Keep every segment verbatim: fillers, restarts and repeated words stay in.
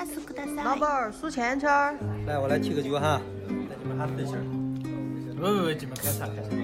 老板儿数钱圈儿。 来，我来提个酒哈，带你们哈分享。 不不不，你们开啥开啥。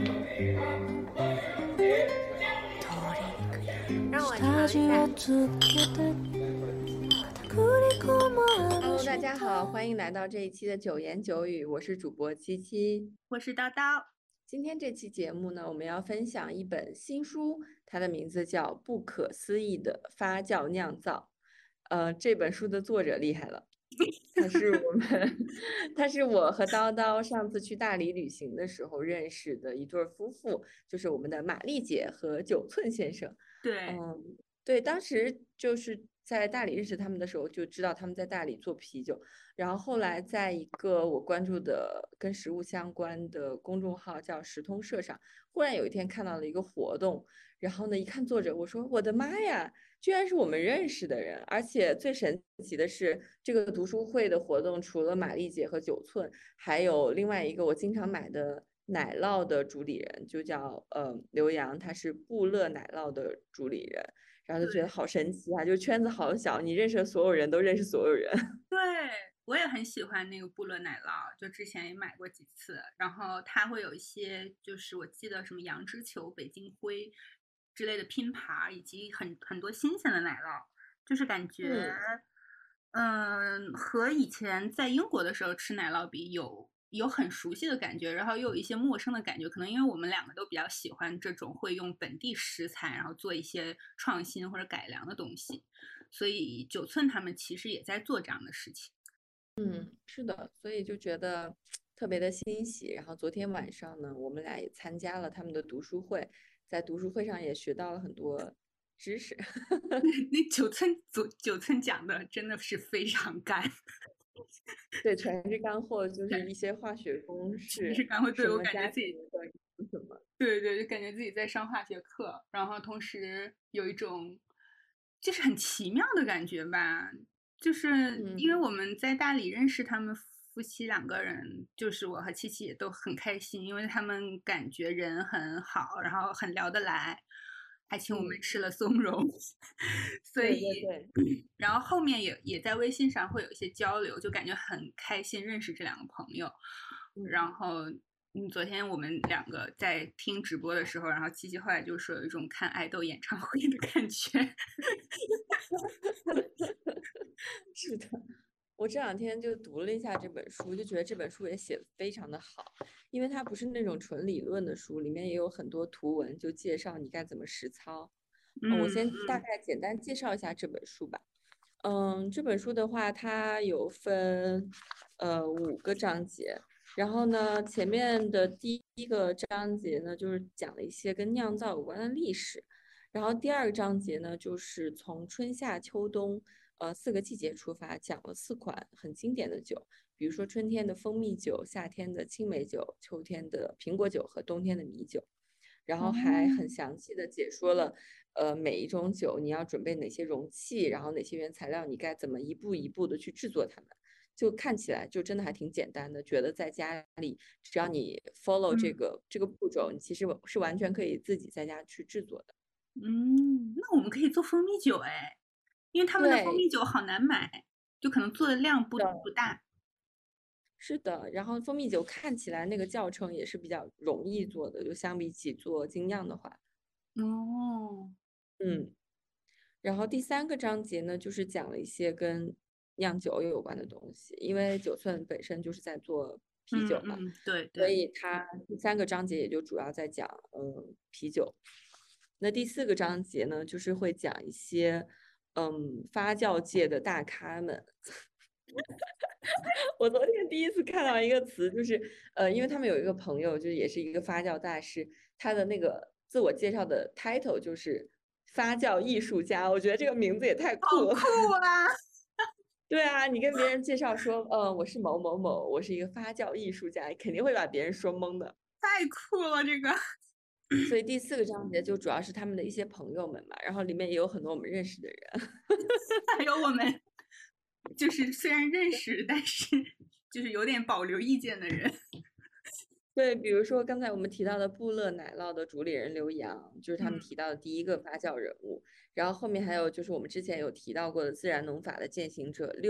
让我尝一下。Hello， 大家好，欢迎来到这一期的九言九语，我是主播七七， 我是叨叨。 今天这期节目呢，我们要分享一本新书，它的名字叫《不可思议的发酵酿造》。呃，这本书的作者厉害了，他是我们，他是我和叨叨上次去大理旅行的时候认识的一对夫妇，就是我们的玛丽姐和九寸先生。 对， 嗯，对，当时就是在大理认识他们的时候，就知道他们在大理做啤酒。然后后来在一个我关注的跟食物相关的公众号叫食通社上，忽然有一天看到了一个活动，然后呢一看作者，我说我的妈呀，居然是我们认识的人！而且最神奇的是，这个读书会的活动除了玛丽姐和九寸，还有另外一个我经常买的奶酪的主理人，就叫呃刘洋，他是布乐奶酪的主理人。然后就觉得好神奇啊，就圈子好小，你认识的所有人都认识所有人。 对，我也很喜欢那个布乐奶酪，就之前也买过几次。然后它会有一些，就是我记得什么杨枝球、北京灰之类的拼盘，以及很很多新鲜的奶酪，就是感觉，嗯、呃，和以前在英国的时候吃奶酪比有。有很熟悉的感觉，然后又有一些陌生的感觉，可能因为我们两个都比较喜欢这种会用本地食材，然后做一些创新或者改良的东西，所以九寸他们其实也在做这样的事情。 嗯，是的，所以就觉得特别的欣喜。然后昨天晚上呢，我们俩也参加了他们的读书会，在读书会上也学到了很多知识。 那九寸九九寸讲的真的是非常干。 对，全是干货，就是一些化学公式， 全是干货。对，我感觉自己什么， 对对，就感觉自己在上化学课，然后同时有一种就是很奇妙的感觉吧。就是因为我们在大理认识他们夫妻两个人，就是我和七七也都很开心，因为他们感觉人很好，然后很聊得来。还请我们吃了松茸，嗯、所以对对对， 然后后面也也在微信上会有一些交流，就感觉很开心认识这两个朋友。嗯、然后，嗯，昨天我们两个在听直播的时候，然后七七后来就说有一种看爱豆演唱会的感觉。 是的。我这两天就读了一下这本书，就觉得这本书也写得非常的好，因为它不是那种纯理论的书，里面也有很多图文，就介绍你该怎么实操。嗯，我先大概简单介绍一下这本书吧。嗯，这本书的话，它有分呃五个章节，然后呢，前面的第一个章节呢，就是讲了一些跟酿造有关的历史，然后第二个章节呢，就是从春夏秋冬。呃，四个季节出发，讲了四款很经典的酒，比如说春天的蜂蜜酒、夏天的青梅酒、秋天的苹果酒和冬天的米酒，然后还很详细的解说了，呃，每一种酒你要准备哪些容器，然后哪些原材料，你该怎么一步一步的去制作它们，就看起来就真的还挺简单的，觉得在家里只要你 follow 这个、嗯、这个步骤，你其实是完全可以自己在家去制作的。 嗯，那我们可以做蜂蜜酒哎。因为他们的蜂蜜酒好难买，就可能做的量不不大。 是的，然后蜂蜜酒看起来那个教程也是比较容易做的，就相比起做精酿的话。 哦， 嗯，然后第三个章节呢，就是讲了一些跟酿酒有关的东西，因为九寸本身就是在做啤酒嘛， 嗯嗯、对对， 所以它第三个章节也就主要在讲嗯啤酒。那第四个章节呢，就是会讲一些。嗯，发酵界的大咖们，我昨天第一次看到一个词，就是呃，因为他们有一个朋友，就是也是一个发酵大师，他的那个自我介绍的 title 就是发酵艺术家，我觉得这个名字也太酷了， 好酷啊！ 对啊，你跟别人介绍说，呃，我是某某某，我是一个发酵艺术家，肯定会把别人说懵的， 太酷了这个。 所以第四个章节就主要是他们的一些朋友们嘛，然后里面也有很多我们认识的人， 还有我们就是虽然认识，但是就是有点保留意见的人。 对，比如说刚才我们提到的布乐奶酪的主理人刘洋，就是他们提到的第一个发酵人物。嗯、然后后面还有就是我们之前有提到过的自然农法的践行者六，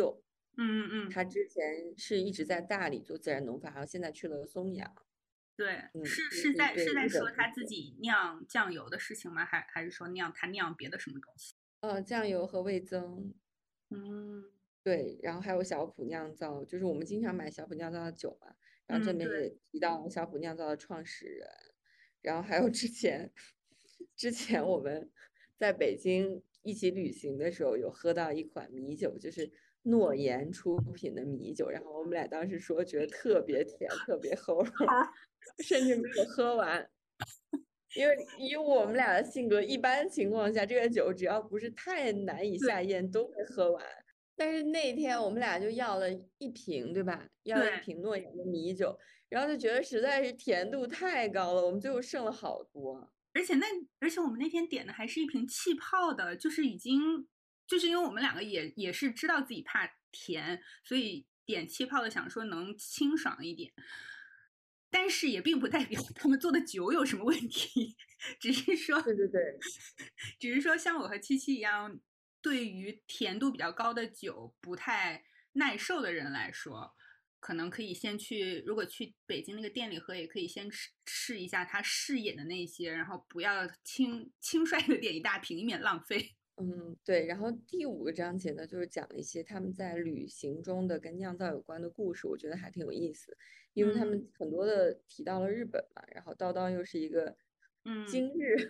嗯嗯， 他之前是一直在大理做自然农法，然后现在去了松阳。 对， 嗯， 是这是在是在是对日说他自本风情。 己酿酱油的事情吗？还还是说酿他酿别的什么东西？ 呃，酱油和味增。 嗯对，然后还有小普酿造，就是我们经常买小普酿造的酒嘛。然后这嗯，对， 边也提到小普酿造的创始人，然后还有之前，之前我们在北京一起旅行的时候，有喝到一款米酒，就是诺言出品的米酒，然后我们俩当时说觉得特别甜，特别齁， 好， 甚至没有喝完。因为以我们俩的性格，一般情况下，这个酒只要不是太难以下对咽，都会喝完。但是那天我们俩就要了一瓶，对吧？要了一对， 瓶诺言的米酒，然后就觉得实在是甜度太高了，我们最后剩了好多。 而且那而且我们那天点的还是一瓶气泡的，就是已经就是因为我们两个也也是知道自己怕甜，所以点气泡的想说能清爽一点，但是也并不代表他们做的酒有什么问题，只是说对对对， 只是说像我和七七一样，对于甜度比较高的酒不太耐受的人来说，可能可以先去，如果去北京那个店里喝，也可以先试试一下他试演的那些，然后不要轻轻率的点一大瓶，以免浪费。 嗯，对。然后第五个章节呢，就是讲了一些他们在旅行中的跟酿造有关的故事，我觉得还挺有意思，因为他嗯们很多的提到了日本嘛，然后叨叨又是一个嗯， 今日。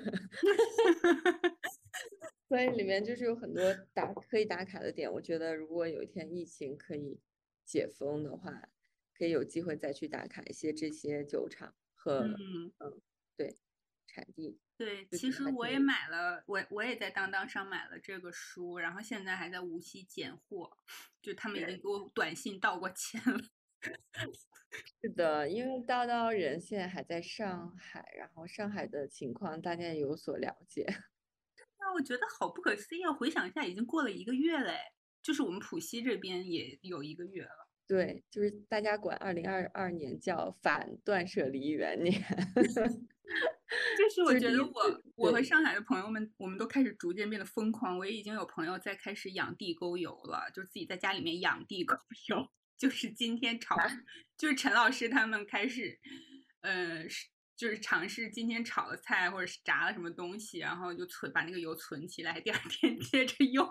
所以里面就是有很多打可以打卡的点。我觉得如果有一天疫情可以解封的话，可以有机会再去打卡一些这些酒厂和嗯， 嗯，对，产地， 对， 就觉得其实我也还挺有意思。 买了，我我也在当当上买了这个书，然后现在还在无锡拣货，就他们已经给我短信道过歉了。 是的，因为叨叨人现在还在上海，然后上海的情况大家也有所了解。 那我觉得好不可思议啊！回想一下，已经过了一个月嘞，就是我们浦西这边也有一个月了。 对，就是大家管二零二二年叫反断舍离元年。 就是我就是觉得我第一次。对。 我和上海的朋友们，我们都开始逐渐变得疯狂。我也已经有朋友在开始养地沟油了，就自己在家里面养地沟油。就是今天炒，就是陈老师他们开始，呃，就是尝试今天炒的菜或者是炸了什么东西，然后就存把那个油存起来，第二天接着用。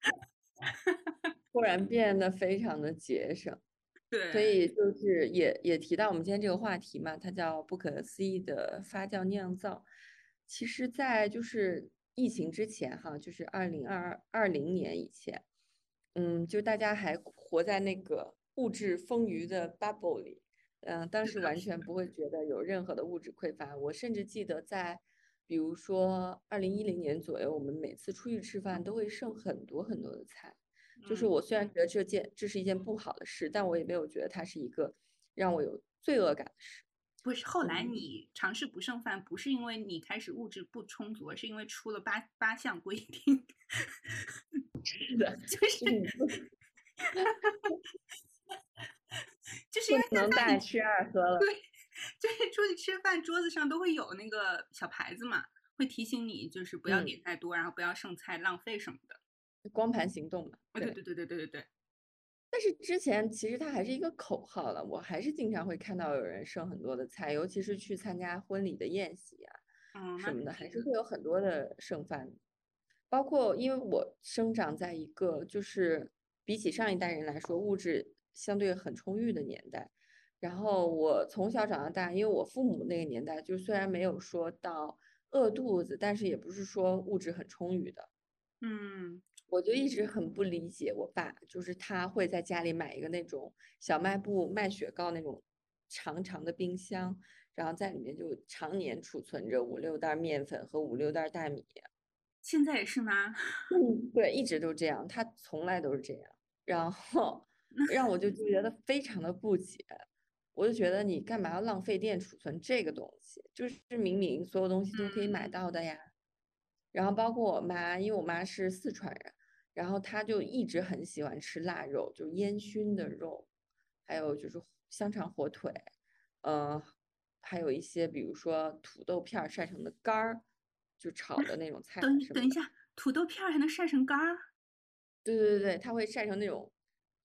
突然变得非常的节省。所对， 以就是也也提到我们今天这个话题嘛，它叫不可思议的发酵酿造。其实，在就是疫情之前哈，就是二零二二零年以前，嗯，就大家还活在那个物质丰腴的 bubble 里，嗯、当是的， 时完全不会觉得有任何的物质匮乏。我甚至记得在，比如说二零一零年左右，我们每次出去吃饭都会剩很多很多的菜。就是嗯。 我虽然觉得这件这是一件不好的事，但我也没有觉得它是一个让我有罪恶感的事。 不是，后来嗯， 你尝试不剩饭，不是因为你开始物质不充足，而是因为出了八八项规定。 是的， 就是就是你不就是因为不能大现在你吃二喝了。 对，就是出去吃饭，桌子上都会有那个小牌子嘛，会提醒你就是不要嗯， 点太多，然后不要剩菜浪费什么的。 光盘行动嘛， 啊，对对。 对对对对对对， 但是之前其实它还是一个口号了，我还是经常会看到有人剩很多的菜，尤其是去参加婚礼的宴席啊嗯，那什么的， 肯定的。 还是会有很多的剩饭。包括因为我生长在一个就是比起上一代人来说物质相对很充裕的年代，然后我从小长到大，因为我父母那个年代就虽然没有说到饿肚子，但是也不是说物质很充裕的。 嗯， 我就一直很不理解我爸，就是他会在家里买一个那种小卖部卖雪糕那种长长的冰箱，然后在里面就常年储存着五六袋面粉和五六袋大米。 现在也是吗？ 嗯，对，一直都这样，他从来都是这样，然后让我就觉得非常的不解，我就觉得你干嘛要浪费电储存这个东西？就是明明所有东西都可以买嗯， 到的呀。然后包括我妈，因为我妈是四川人，然后她就一直很喜欢吃腊肉，就是烟熏的肉，还有就是香肠、火腿，呃，还有一些比如说土豆片儿晒成的干儿，就炒的那种菜等什么的。 等一下，土豆片儿还能晒成干儿？ 对对对对，它会晒成那种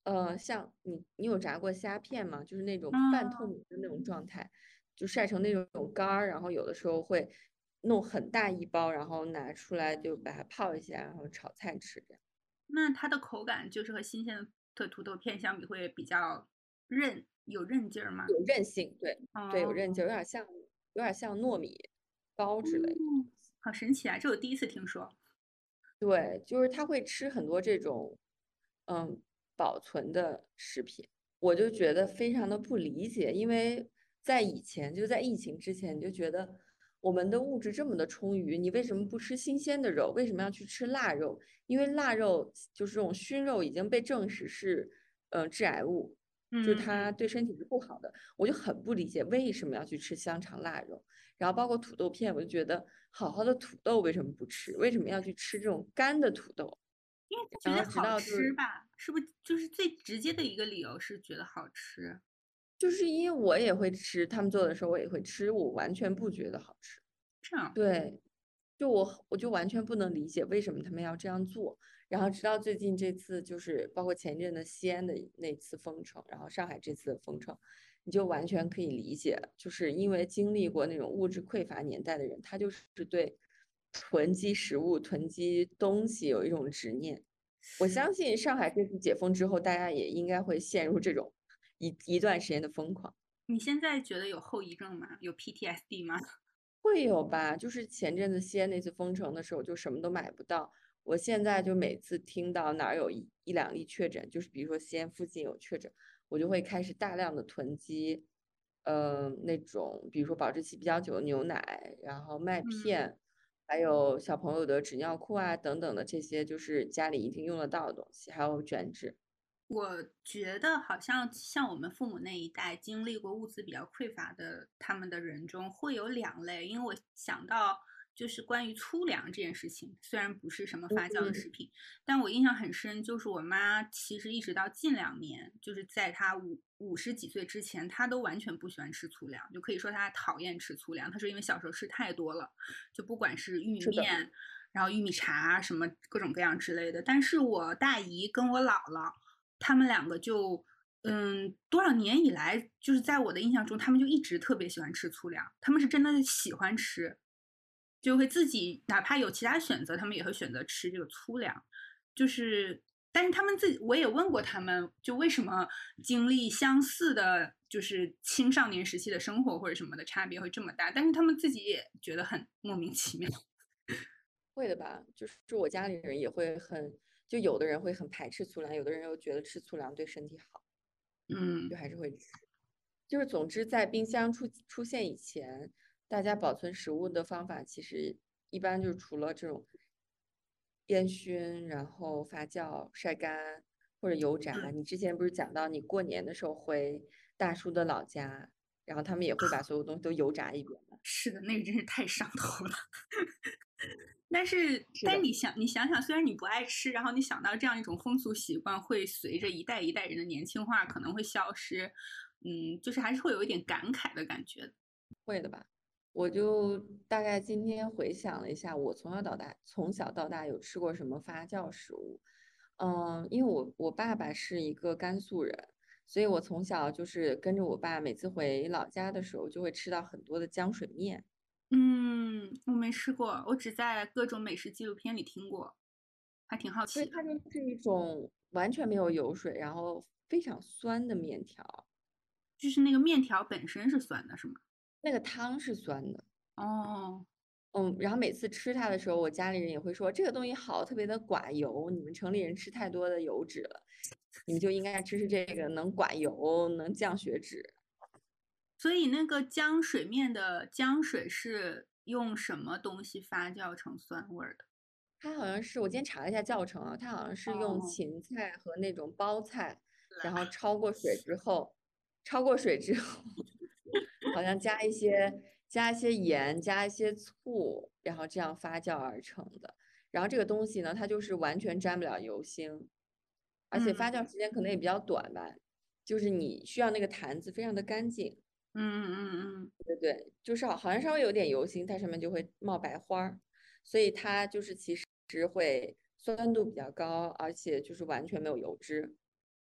呃，像你你有炸过虾片吗？就是那种半透嗯， 明的那种状态，就晒成那种干儿，然后有的时候会弄很大一包，然后拿出来就把它泡一下，然后炒菜吃这样。 那它的口感就是和新鲜的土豆片相比会比较韧，有韧劲儿吗？ 有韧性，对对，有韧哦， 劲儿，有点像有点像糯米糕之类的。 嗯，好神奇啊！这我第一次听说。 对，就是他会吃很多这种，嗯，保存的食品，我就觉得非常的不理解，因为在以前，就在疫情之前，就觉得我们的物质这么的充裕，你为什么不吃新鲜的肉？为什么要去吃腊肉？因为腊肉就是这种熏肉已经被证实是，呃，致癌物，就是嗯嗯， 它对身体是不好的，我就很不理解为什么要去吃香肠腊肉。然后包括土豆片，我就觉得好好的土豆为什么不吃？为什么要去吃这种干的土豆？ 因为觉然后直得好到就是吃吧，是不是就是最直接的一个理由是觉得好吃？ 就是因为我也会吃，他们做的时候我也会吃，我完全不觉得好吃。 这样， 对，就我我就完全不能理解为什么他们要这样做。然后直到最近这次，就是包括前阵的西安的那次封城，然后上海这次的封城，你就完全可以理解，就是因为经历过那种物质匮乏年代的人，他就是对囤积食物、囤积东西有一种执念。我相信上海这次解封之后，大家也应该会陷入这种一一段时间的疯狂。 你现在觉得有后遗症吗？有 P T S D 吗？ 会有吧？就是前阵子西安那次封城的时候，就什么都买不到。我现在就每次听到哪儿有一一两例确诊，就是比如说西安附近有确诊，我就会开始大量的囤积，呃，那种比如说保质期比较久的牛奶，然后麦嗯。 片，还有小朋友的纸尿裤啊等等的这些，就是家里一定用得到的东西，还有卷纸。 我觉得好像像我们父母那一代经历过物资比较匮乏的他们的人中，会有两类。因为我想到就是关于粗粮这件事情，虽然不是什么发酵的嗯食品，但我印象很深，就是我妈其实一直到近两年，就是在她五五十几岁之前，她都完全不喜欢吃粗粮，就可以说她讨厌吃粗粮。她说因为小时候吃太多了，就不管是玉米是的， 面，然后玉米碴什么各种各样之类的。但是我大姨跟我姥姥。他们两个就，嗯，多少年以来，就是在我的印象中，他们就一直特别喜欢吃粗粮，他们是真的喜欢吃，就会自己哪怕有其他选择，他们也会选择吃这个粗粮，就是。但是他们自己，我也问过他们，就为什么经历相似的，就是青少年时期的生活或者什么的差别会这么大？但是他们自己也觉得很莫名其妙。 会的吧？就是我家里人也会很，就有的人会很排斥粗粮，有的人又觉得吃粗粮对身体好。 嗯， 就还是会吃。就是总之，在冰箱出出现以前，大家保存食物的方法其实一般就是除了这种烟熏，然后发酵、晒干或者油炸。 对， 你之前不是讲到你过年的时候回大叔的老家，然后他们也会把所有东西都油炸一遍吗？ 是的，那个真是太上头了。但是， 是的， 但是你想，你想想，虽然你不爱吃，然后你想到这样一种风俗习惯会随着一代一代人的年轻化可能会消失，嗯，就是还是会有一点感慨的感觉。 会的吧？我就大概今天回想了一下，我从小到大，从小到大有吃过什么发酵食物。嗯，因为我我爸爸是一个甘肃人，所以我从小就是跟着我爸，每次回老家的时候就会吃到很多的浆水面。 嗯，我没吃过，我只在各种美食纪录片里听过，还挺好奇的。 所以它就是一种完全没有油水，然后非常酸的面条， 就是那个面条本身是酸的，是吗？ 那个汤是酸的。 哦， 嗯，然后每次吃它的时候，我家里人也会说这个东西好，特别的寡油，你们城里人吃太多的油脂了，你们就应该吃吃这个，能寡油，能降血脂。 所以那个浆水面的浆水是用什么东西发酵成酸味儿的？ 它好像是我今天查了一下教程啊，它好像是用哦， 芹菜和那种包菜，然后焯过水之后，焯过水之后，好像加一些加一些盐，加一些醋，然后这样发酵而成的。然后这个东西呢，它就是完全沾不了油星，而且发嗯酵时间可能也比较短吧，就是你需要那个坛子非常的干净， 嗯嗯嗯。 对对，就是好好像稍微有点油星，它上面就会冒白花儿，所以它就是其实会酸度比较高，而且就是完全没有油脂。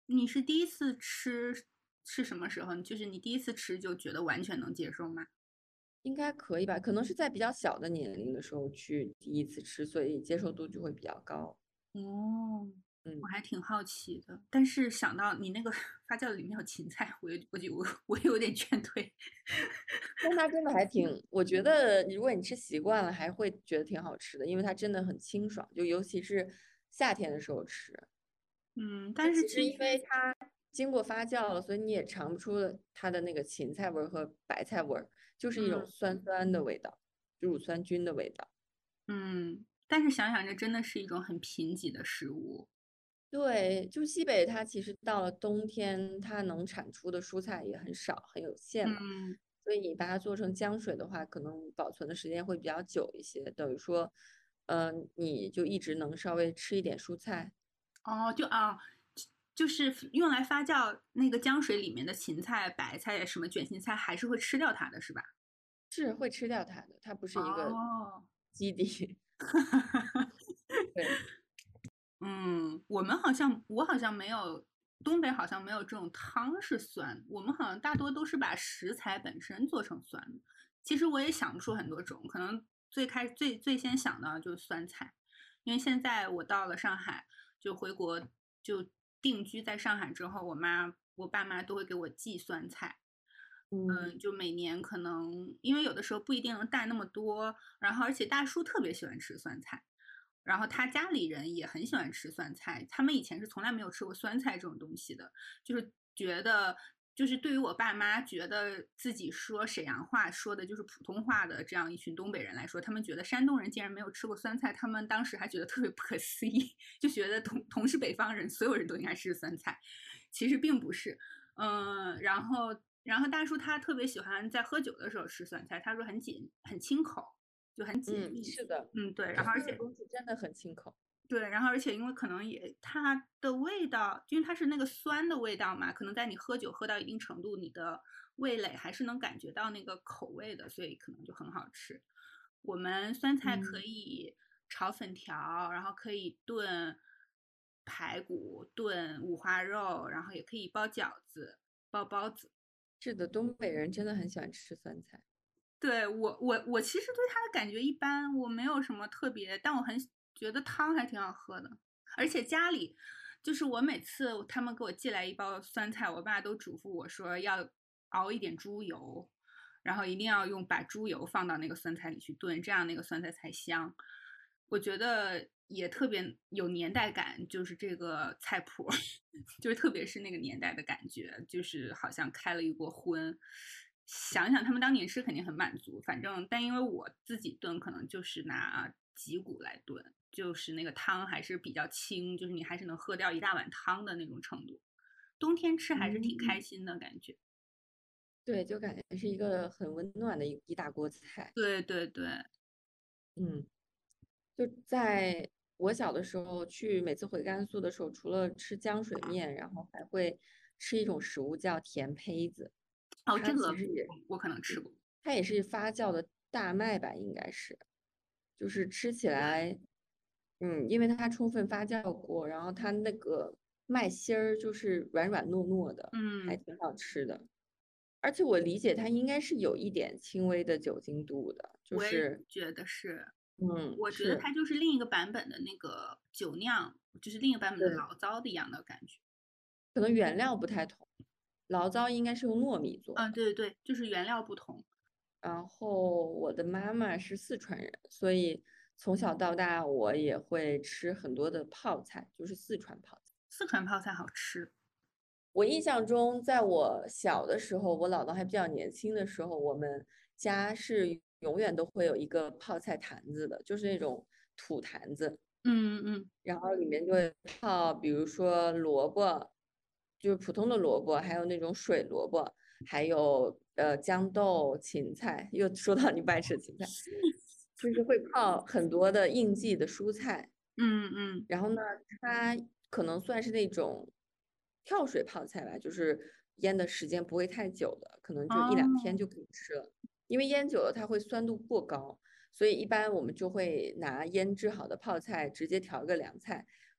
你是第一次吃是什么时候？就是你第一次吃就觉得完全能接受吗？ 应该可以吧？可能是在比较小的年龄的时候去第一次吃，所以接受度就会比较高。 哦， 嗯， 我还挺好奇的，但是想到你那个发酵的里面有芹菜，我有我就我我有点劝退。 但它真的还挺，我觉得如果你吃习惯了，还会觉得挺好吃的，因为它真的很清爽，就尤其是夏天的时候吃。 嗯， 它但是其实其实因为它经过发酵了，所以你也尝不出它的那个芹菜味儿和白菜味儿，就是一种嗯酸酸的味道，乳酸菌的味道。 嗯，但是想想这真的是一种很贫瘠的食物。 对，就西北它其实到了冬天，它能产出的蔬菜也很少，很有限嘛。 嗯， 所以你把它做成浆水的话，可能保存的时间会比较久一些。等于说，嗯、你就一直能稍微吃一点蔬菜。 哦，就啊，就是用来发酵那个浆水里面的芹菜、白菜什么卷心菜，还是会吃掉它的，是吧？ 是会吃掉它的，它不是一个哦， 基底。对， 嗯，我们好像我好像没有，东北好像没有这种汤是酸的，我们好像大多都是把食材本身做成酸的。其实我也想不出很多种，可能最开最最先想到的就是酸菜，因为现在我到了上海，就回国就定居在上海之后，我妈我爸妈都会给我寄酸菜。 嗯嗯，就每年可能因为有的时候不一定能带那么多，然后而且大叔特别喜欢吃酸菜，然后他家里人也很喜欢吃酸菜，他们以前是从来没有吃过酸菜这种东西的，就是觉得就是对于我爸妈觉得自己说沈阳话说的就是普通话的这样一群东北人来说，他们觉得山东人竟然没有吃过酸菜，他们当时还觉得特别不可思议，就觉得同同是北方人，所有人都应该吃酸菜，其实并不是。嗯，然后然后大叔他特别喜欢在喝酒的时候吃酸菜，他说很解很清口，就很解嗯， 腻。 是的， 嗯，对，然后而且这个东西真的很清口。 对，然后而且因为可能也它的味道，因为它是那个酸的味道嘛，可能在你喝酒喝到一定程度，你的味蕾还是能感觉到那个口味的，所以可能就很好吃。我们酸菜可嗯， 以炒粉条，然后可以炖排骨、炖五花肉，然后也可以包饺子、包包子。 是的，东北人真的很喜欢吃酸菜。 对，我我我其实对它的感觉一般，我没有什么特别，但我很觉得汤还挺好喝的。而且家里就是我每次他们给我寄来一包酸菜，我爸都嘱咐我说要熬一点猪油，然后一定要用把猪油放到那个酸菜里去炖，这样那个酸菜才香。我觉得也特别有年代感，就是这个菜谱，就是特别是那个年代的感觉，就是好像开了一锅荤。想想他们当年吃肯定很满足，反正但因为我自己炖，可能就是拿脊骨来炖，就是那个汤还是比较清，就是你还是能喝掉一大碗汤的那种程度。冬天吃还是挺开嗯， 心的感觉。 对，就感觉是一个很温暖的一一大锅菜。 对对对， 嗯，就在我小的时候去，每次回甘肃的时候，除了吃浆水面，然后还会吃一种食物叫甜胚子， 哦， 它这个其实也我我可能吃过。 它也是发酵的大麦吧，应该是，就是吃起来，嗯，因为它充分发酵过，然后它那个麦芯儿就是软软糯糯的，还嗯， 挺好吃的。而且我理解它应该是有一点轻微的酒精度的，就我也是， 觉得是。 嗯， 我觉得是， 它就是另一个版本的那个酒酿，就是另一个版本的对， 醪糟的一样的感觉。 可能原料不太同，醪糟应该是用糯米做嗯， 的。 对对对，就是原料不同。 然后我的妈妈是四川人，所以从小到大我也会吃很多的泡菜，就是四川泡菜。 四川泡菜好吃。 我印象中，在我小的时候，我姥姥还比较年轻的时候，我们家是永远都会有一个泡菜坛子的，就是那种土坛子， 嗯嗯然后里面就会泡，比如说萝卜，就是普通的萝卜，还有那种水萝卜，还有呃豇豆、芹菜。又说到你不爱吃的芹菜，就是会泡很多的应季的蔬菜。 嗯嗯然后呢，它可能算是那种跳水泡菜吧，就是腌的时间不会太久的，可能就一两天哦， 就可以吃了。因为腌久了它会酸度过高，所以一般我们就会拿腌制好的泡菜直接调个凉菜，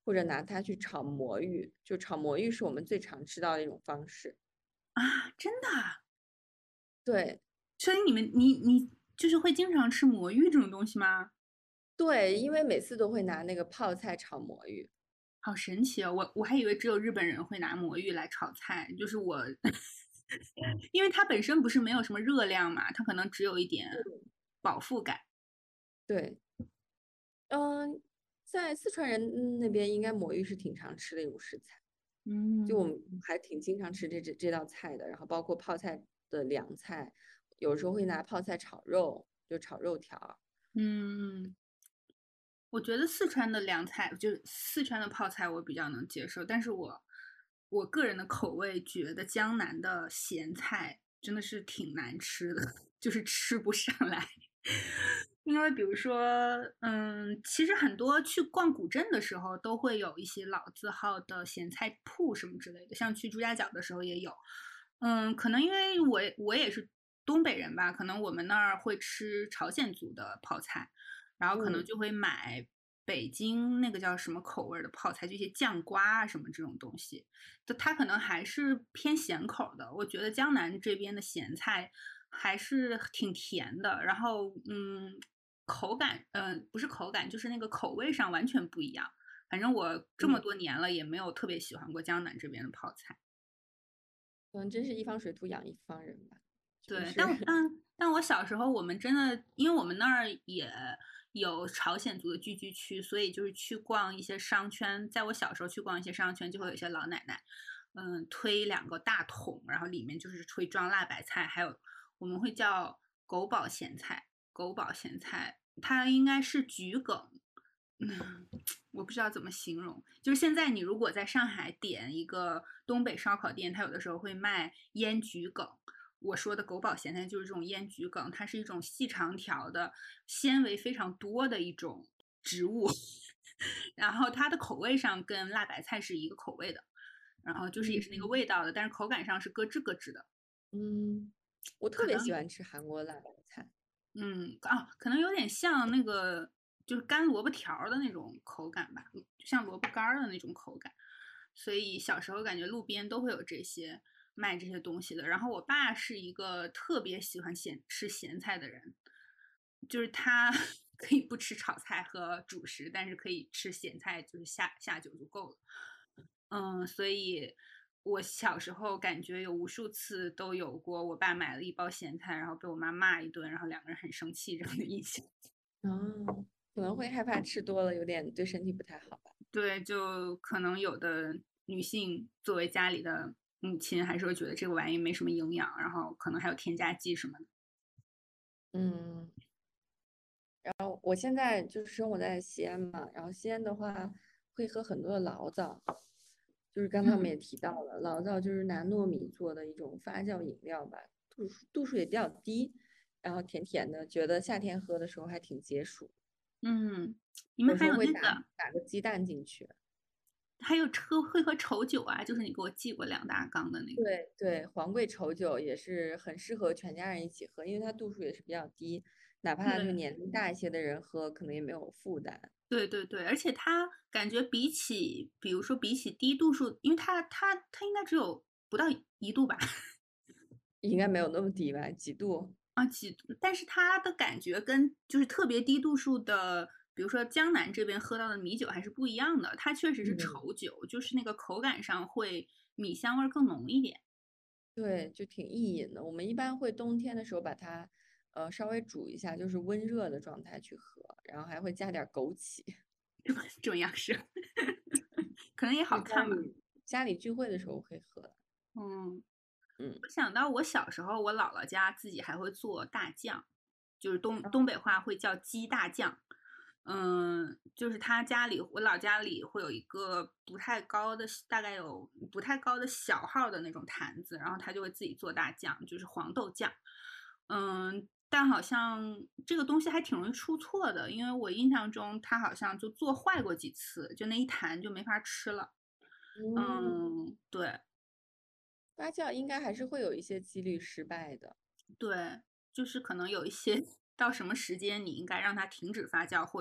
或者拿它去炒魔芋，就炒魔芋是我们最常吃到的一种方式啊，真的？ 对， 所以你们你你就是会经常吃魔芋这种东西吗？ 对，因为每次都会拿那个泡菜炒魔芋。 好神奇哦！我我还以为只有日本人会拿魔芋来炒菜，就是我，因为它本身不是没有什么热量嘛，它可能只有一点饱腹感。 对，嗯，在四川人那边应该魔芋是挺常吃的一种食材， 嗯， 就我们还挺经常吃这这这道菜的，然后包括泡菜的凉菜，有时候会拿泡菜炒肉，就炒肉条。 嗯。我觉得四川的凉菜，就是四川的泡菜，我比较能接受。但是我我个人的口味觉得江南的咸菜真的是挺难吃的，就是吃不上来。因为比如说，嗯，其实很多去逛古镇的时候，都会有一些老字号的咸菜铺什么之类的，像去朱家角的时候也有。嗯，可能因为我我也是东北人吧，可能我们那儿会吃朝鲜族的泡菜。然后可能就会买北京那个叫什么口味的泡菜，就一些酱瓜啊什么这种东西，就它可能还是偏咸口的。我觉得江南这边的咸菜还是挺甜的，然后嗯，口感，嗯、呃，不是口感，就是那个口味上完全不一样。反正我这么多年了，也没有特别喜欢过江南这边的泡菜。 嗯，真是一方水土养一方人吧。 对，但但但我小时候，我们真的，因为我们那儿也有朝鲜族的聚居区，所以就是去逛一些商圈。在我小时候去逛一些商圈，就会有一些老奶奶，嗯，推两个大桶，然后里面就是会装辣白菜，还有我们会叫狗宝咸菜，狗宝咸菜，它应该是桔梗。嗯，我不知道怎么形容。就是现在你如果在上海点一个东北烧烤店，它有的时候会卖腌桔梗。我说的狗宝咸菜就是这种腌桔梗，它是一种细长条的、纤维非常多的一种植物，然后它的口味上跟辣白菜是一个口味的，然后就是也是那个味道的，但是口感上是咯吱咯吱的。 嗯，我特别喜欢吃韩国辣白菜。 嗯啊，可能有点像那个就是干萝卜条的那种口感吧，就像萝卜干的那种口感。所以小时候感觉路边都会有这些卖这些东西的。然后我爸是一个特别喜欢咸吃咸菜的人，就是他可以不吃炒菜和主食，但是可以吃咸菜，就是下下酒就够了。嗯，所以我小时候感觉有无数次都有过，我爸买了一包咸菜，然后被我妈骂一顿，然后两个人很生气这样的印象。 哦，可能会害怕吃多了有点对身体不太好吧。 对，就可能有的女性作为家里的母亲，还是会觉得这个玩意没什么营养，然后可能还有添加剂什么的。 嗯，然后我现在就是生活在西安嘛，然后西安的话会喝很多的醪糟，就是刚才我们也提到了，醪糟就是拿糯米做的一种发酵饮料吧，度数度数也比较低，然后甜甜的，觉得夏天喝的时候还挺解暑。 嗯，你们有还有那时候会打个， 打个鸡蛋进去。 还有喝会喝稠酒啊，就是你给我寄过两大缸的那个。 对对，黄桂稠酒也是很适合全家人一起喝，因为它度数也是比较低，哪怕就对年龄大一些的人喝，可能也没有负担。 对对对，而且它感觉比起，比如说比起低度数，因为它它它应该只有不到一度吧。 应该没有那么低吧？几度？ 啊，几度，但是它的感觉跟就是特别低度数的，比如说江南这边喝到的米酒还是不一样的。它确实是嗯， 稠酒，就是那个口感上会米香味儿更浓一点。 对，就挺易饮的。我们一般会冬天的时候把它，呃，稍微煮一下，就是温热的状态去喝，然后还会加点枸杞。 这种样式，可能也就好看吧。 家里家里聚会的时候会喝。 嗯， 嗯， 我想到我小时候，我姥姥家自己还会做大酱，就是东东北话会叫鸡大酱。嗯，就是他家里，我老家里会有一个不太高的，大概有不太高的小号的那种坛子，然后他就会自己做大酱，就是黄豆酱。嗯，但好像这个东西还挺容易出错的，因为我印象中他好像就做坏过几次，就那一坛就没法吃了。 嗯， 嗯，对发酵应该还是会有一些几率失败的。 对，就是可能有一些到什么时间你应该让它停止发酵，或者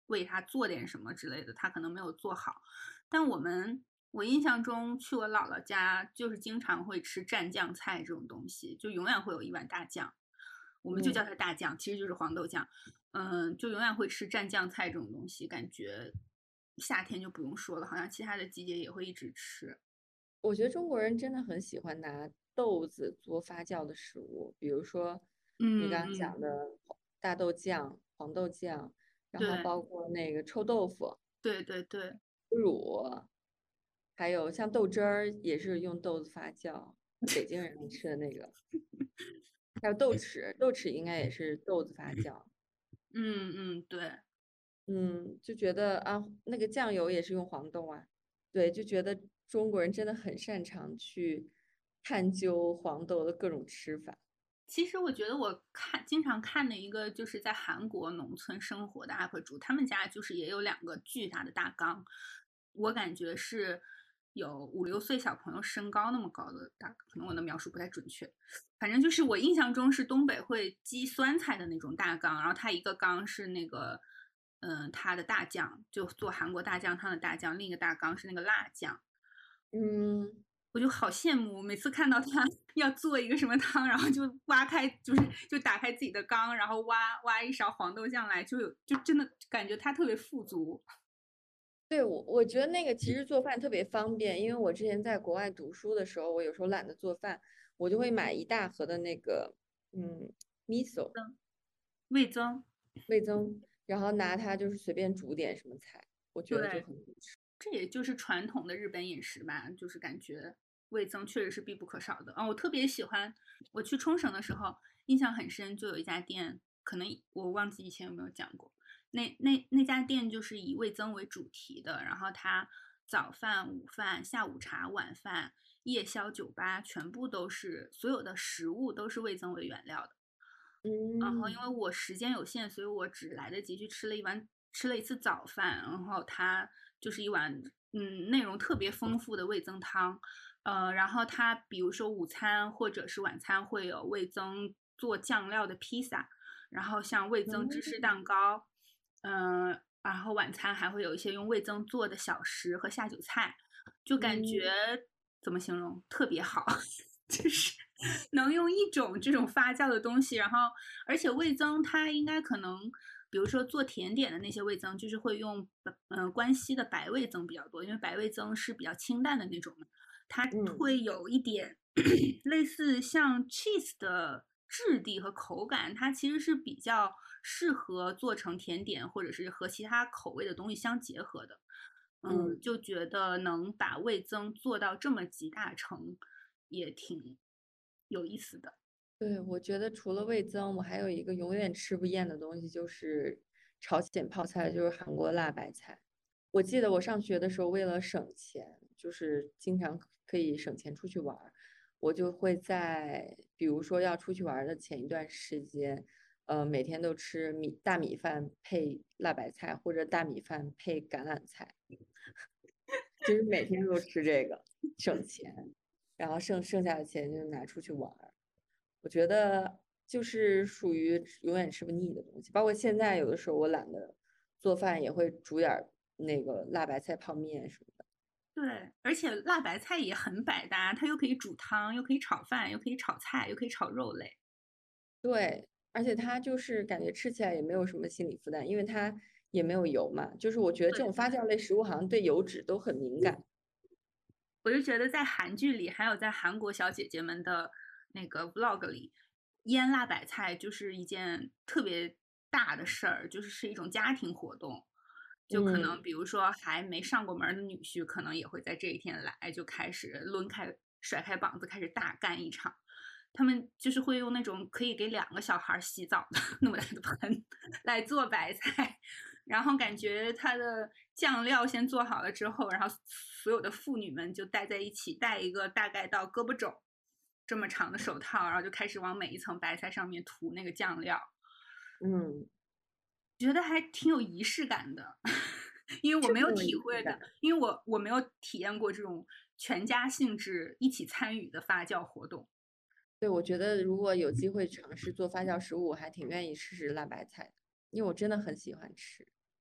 为他做点什么之类的，他可能没有做好。但我们我印象中去我姥姥家，就是经常会吃蘸酱菜这种东西，就永远会有一碗大酱，我们就叫它大酱，其实就是黄豆酱。嗯，就永远会吃蘸酱菜这种东西，感觉夏天就不用说了，好像其他的季节也会一直吃。 我觉得中国人真的很喜欢拿豆子做发酵的食物，比如说你嗯刚刚讲嗯， 的大豆酱、黄豆酱，然后对包括那个臭豆腐、 对对对， 乳，还有像豆汁儿也是用豆子发酵，北京人爱吃的那个，还有豆豉，豆豉应该也是豆子发酵。 嗯嗯对。 嗯，就觉得啊，那个酱油也是用黄豆啊，对，就觉得中国人真的很擅长去探究黄豆的各种吃法。 其实我觉得我看经常看的一个就是在韩国农村生活的 U P 主，他们家就是也有两个巨大的大缸，我感觉是有五六岁小朋友身高那么高的大缸，可能我的描述不太准确，反正就是我印象中是东北会积酸菜的那种大缸，然后它一个缸是那个，嗯，它的大酱，就做韩国大酱汤的大酱，另一个大缸是那个辣酱。 嗯， 我就好羡慕，每次看到他要做一个什么汤，然后就挖开，就是就打开自己的缸，然后挖挖一勺黄豆酱来，就有就真的感觉他特别富足。 对，我我觉得那个其实做饭特别方便，因为我之前在国外读书的时候，我有时候懒得做饭，我就会买一大盒的那个嗯 miso 味增， 味增，然后拿它就是随便煮点什么菜，我觉得就对， 很好吃。 这也就是传统的日本饮食吧，就是感觉味增确实是必不可少的。啊、我特别喜欢，我去冲绳的时候印象很深，就有一家店，可能我忘记以前有没有讲过，那那那家店就是以味增为主题的，然后它早饭、午饭、下午茶、晚饭、夜宵、酒吧全部都是所有的食物都是味增为原料的。然后因嗯为我时间有限，所以我只来得及去吃了一碗，吃了一次早饭，然后它就是一碗嗯内容特别丰富的味增汤，呃，然后它比如说午餐或者是晚餐会有味增做酱料的披萨，然后像味增芝士蛋糕，嗯、呃，然后晚餐还会有一些用味增做的小食和下酒菜，就感嗯觉怎么形容特别好，就是能用一种这种发酵的东西，然后而且味增它应该可能，比如说做甜点的那些味增，就是会用嗯、呃、关西的白味增比较多，因为白味增是比较清淡的那种嘛，它嗯会有一点类似像 cheese 的质地和口感，它其实是比较适合做成甜点或者是和其他口味的东西相结合的。嗯， 嗯。 就觉得能把味增做到这么集大成，也挺有意思的。 对，我觉得除了味增，我还有一个永远吃不厌的东西，就是朝鲜泡菜，就是韩国辣白菜。我记得我上学的时候，为了省钱，就是经常可以省钱出去玩儿，我就会在比如说要出去玩儿的前一段时间，呃，每天都吃米大米饭配辣白菜，或者大米饭配橄榄菜，就是每天都吃这个，省钱，然后剩剩下的钱就拿出去玩儿。我觉得就是属于永远吃不腻的东西，包括现在有的时候我懒得做饭，也会煮点儿那个辣白菜泡面什么的。 对，而且辣白菜也很百搭，它又可以煮汤，又可以炒饭，又可以炒菜，又可以炒肉类。 对，而且它就是感觉吃起来也没有什么心理负担，因为它也没有油嘛。就是我觉得这种发酵类食物好像对油脂都很敏感。 我就觉得在韩剧里，还有在韩国小姐姐们的那个 vlog 里，腌辣白菜就是一件特别大的事儿，就是是一种家庭活动。就可能嗯比如说还没上过门的女婿，可能也会在这一天来，就开始抡开甩开膀子，开始大干一场。他们就是会用那种可以给两个小孩洗澡的那么大的盆来做白菜，然后感觉它的酱料先做好了之后，然后所有的妇女们就待在一起，戴一个大概到胳膊肘这么长的手套，然后就开始往每一层白菜上面涂那个酱料， 嗯， 觉得还挺有仪式感的。因为我没有是很有仪体会的， 式感。 因为我我没有体验过这种全家性质一起参与的发酵活动。 对，我觉得如果有机会尝试做发酵食物，我还挺愿意试试辣白菜的，因为我真的很喜欢吃。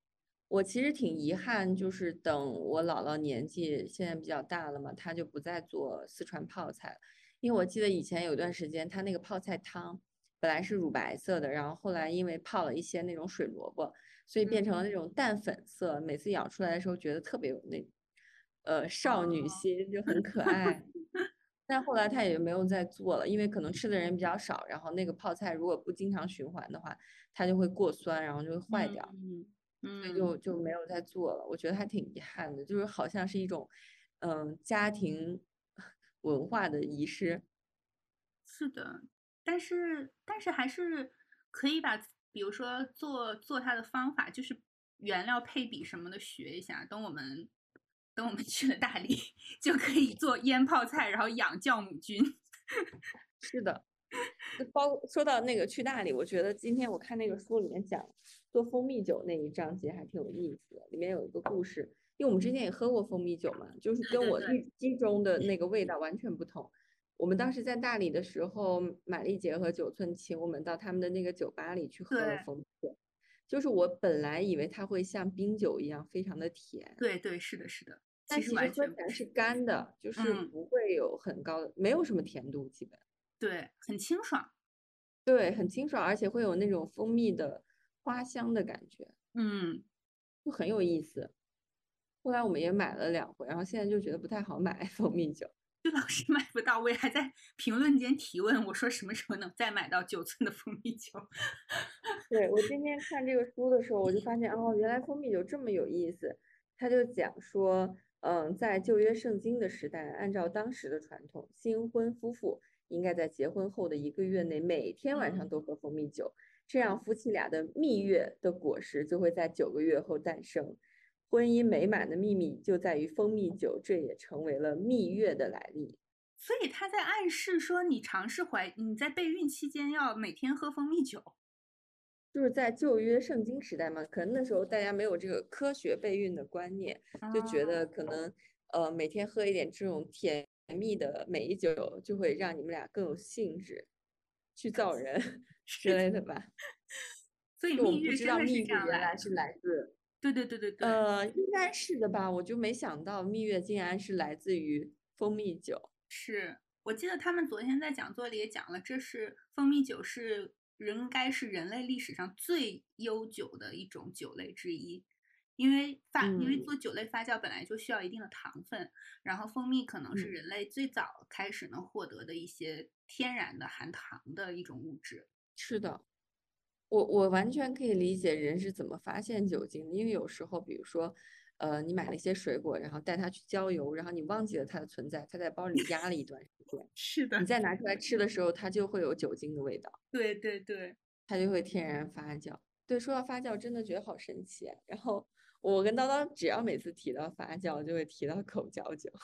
我其实挺遗憾，就是等我姥姥年纪现在比较大了嘛，她就不再做四川泡菜了。因为我记得以前有段时间，她那个泡菜汤本来是乳白色的，然后后来因为泡了一些那种水萝卜，所以变成了那种淡粉色。每次舀出来的时候，觉得特别有那呃少女心，就很可爱。但后来她也就没有再做了，因为可能吃的人比较少，然后那个泡菜如果不经常循环的话，它就会过酸，然后就会坏掉。 嗯所以嗯， 就就没有再做了。我觉得还挺遗憾的，就是好像是一种，嗯、家庭文化的仪式。 是的，但是但是还是可以把，比如说做做它的方法，就是原料配比什么的学一下。等我们等我们去了大理，就可以做腌泡菜，然后养酵母菌。 是的，那包说到那个去大理，我觉得今天我看那个书里面讲做蜂蜜酒那一章节还挺有意思的，里面有一个故事，因为我们之前也喝过蜂蜜酒嘛，就是对对对， 跟我预期中的那个味道完全不同。我们当时在大理的时候，玛丽姐和九寸请我们到他们的那个酒吧里去喝了对蜂蜜酒，就是我本来以为它会像冰酒一样非常的甜， 对对，是的，是的，其但其实实完喝起来是全不是。 干的，就是嗯， 不会有很高的，没有什么甜度，基本。 对，很清爽。 对，很清爽，而且会有那种蜂蜜的花香的感觉， 嗯， 就很有意思。后来我们也买了两回，然后现在就觉得不太好买蜂蜜酒。 就老是买不到，我也还在评论间提问，我说什么时候能再买到九寸的蜂蜜酒？ 对，我今天看这个书的时候，我就发现哦，原来蜂蜜酒这么有意思。他就讲说，嗯，在旧约圣经的时代，按照当时的传统，新婚夫妇应该在结婚后的一个月内，每天晚上嗯， 都喝蜂蜜酒，这样夫妻俩的蜜月的果实就会在九个月后诞生。婚姻美满的秘密就在于蜂蜜酒，这也成为了蜜月的来历。 所以他在暗示说，你尝试怀你在备孕期间要每天喝蜂蜜酒。 就是在旧约圣经时代嘛，可能那时候大家没有这个科学备孕的观念，就觉得哦， 可能呃每天喝一点这种甜蜜的美酒，就会让你们俩更有兴致去造人之类的吧。 所以就我蜜月们不知道真的是这蜜月原样来的。 来是来自， 对对对对对， 呃，应该是的吧？我就没想到蜜月竟然是来自于蜂蜜酒。 是我记得他们昨天在讲座里也讲了，这是蜂蜜酒是应该是人类历史上最悠久的一种酒类之一。因为发，因为嗯做酒类发酵本来就需要一定的糖分，然后蜂蜜可能是嗯， 人类最早开始能获得的一些天然的含糖的一种物质。 是的。我我完全可以理解人是怎么发现酒精的，因为有时候，比如说，呃，你买了一些水果，然后带它去郊游，然后你忘记了它的存在，它在包里压了一段时间， 是的， 你再拿出来吃的时候，它就会有酒精的味道， 对对对， 它就会天然发酵。对，说到发酵，真的觉得好神奇啊。然后我跟叨叨只要每次提到发酵，就会提到口嚼酒。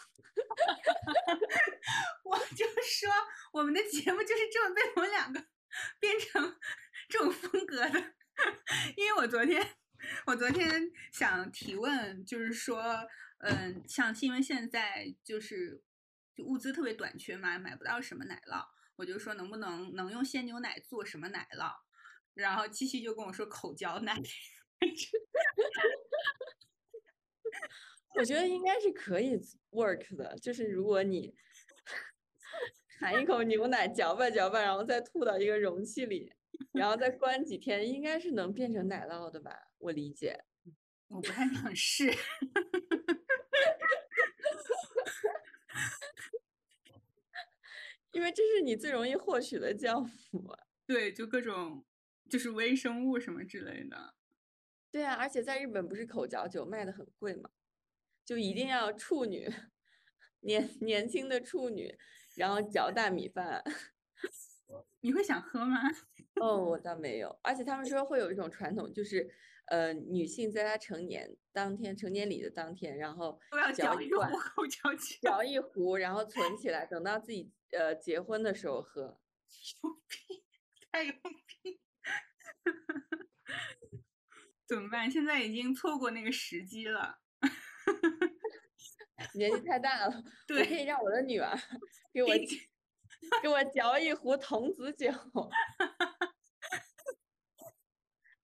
我就说我们的节目就是这么被我们两个变成这种风格的。因为我昨天，我昨天想提问，就是说，嗯，像因为现在就是就物资特别短缺嘛，买不到什么奶酪，我就说能不能能用鲜牛奶做什么奶酪，然后七七就跟我说口嚼奶。 我觉得应该是可以 work 的，就是如果你含一口牛奶，搅拌搅拌，然后再吐到一个容器里，然后再关几天，应该是能变成奶酪的吧？我理解， 我不太想试。 因为这是你最容易获取的酵母啊。 对，就各种就是微生物什么之类的。 对啊，而且在日本不是口嚼酒卖的很贵嘛，就一定要处女，年年轻的处女，然后嚼大米饭。 你会想喝吗？ 哦，我倒没有，而且他们说会有一种传统，就是呃，女性在她成年当天，成年礼的当天，然后都要嚼一罐， 嚼一个虎口嚼酒。 嚼一壶，然后存起来，等到自己呃结婚的时候喝。 有病，太有病！怎么办？现在已经错过那个时机了。 年纪太大了，我可以对， 让我的女儿给我给给我嚼一壶童子酒。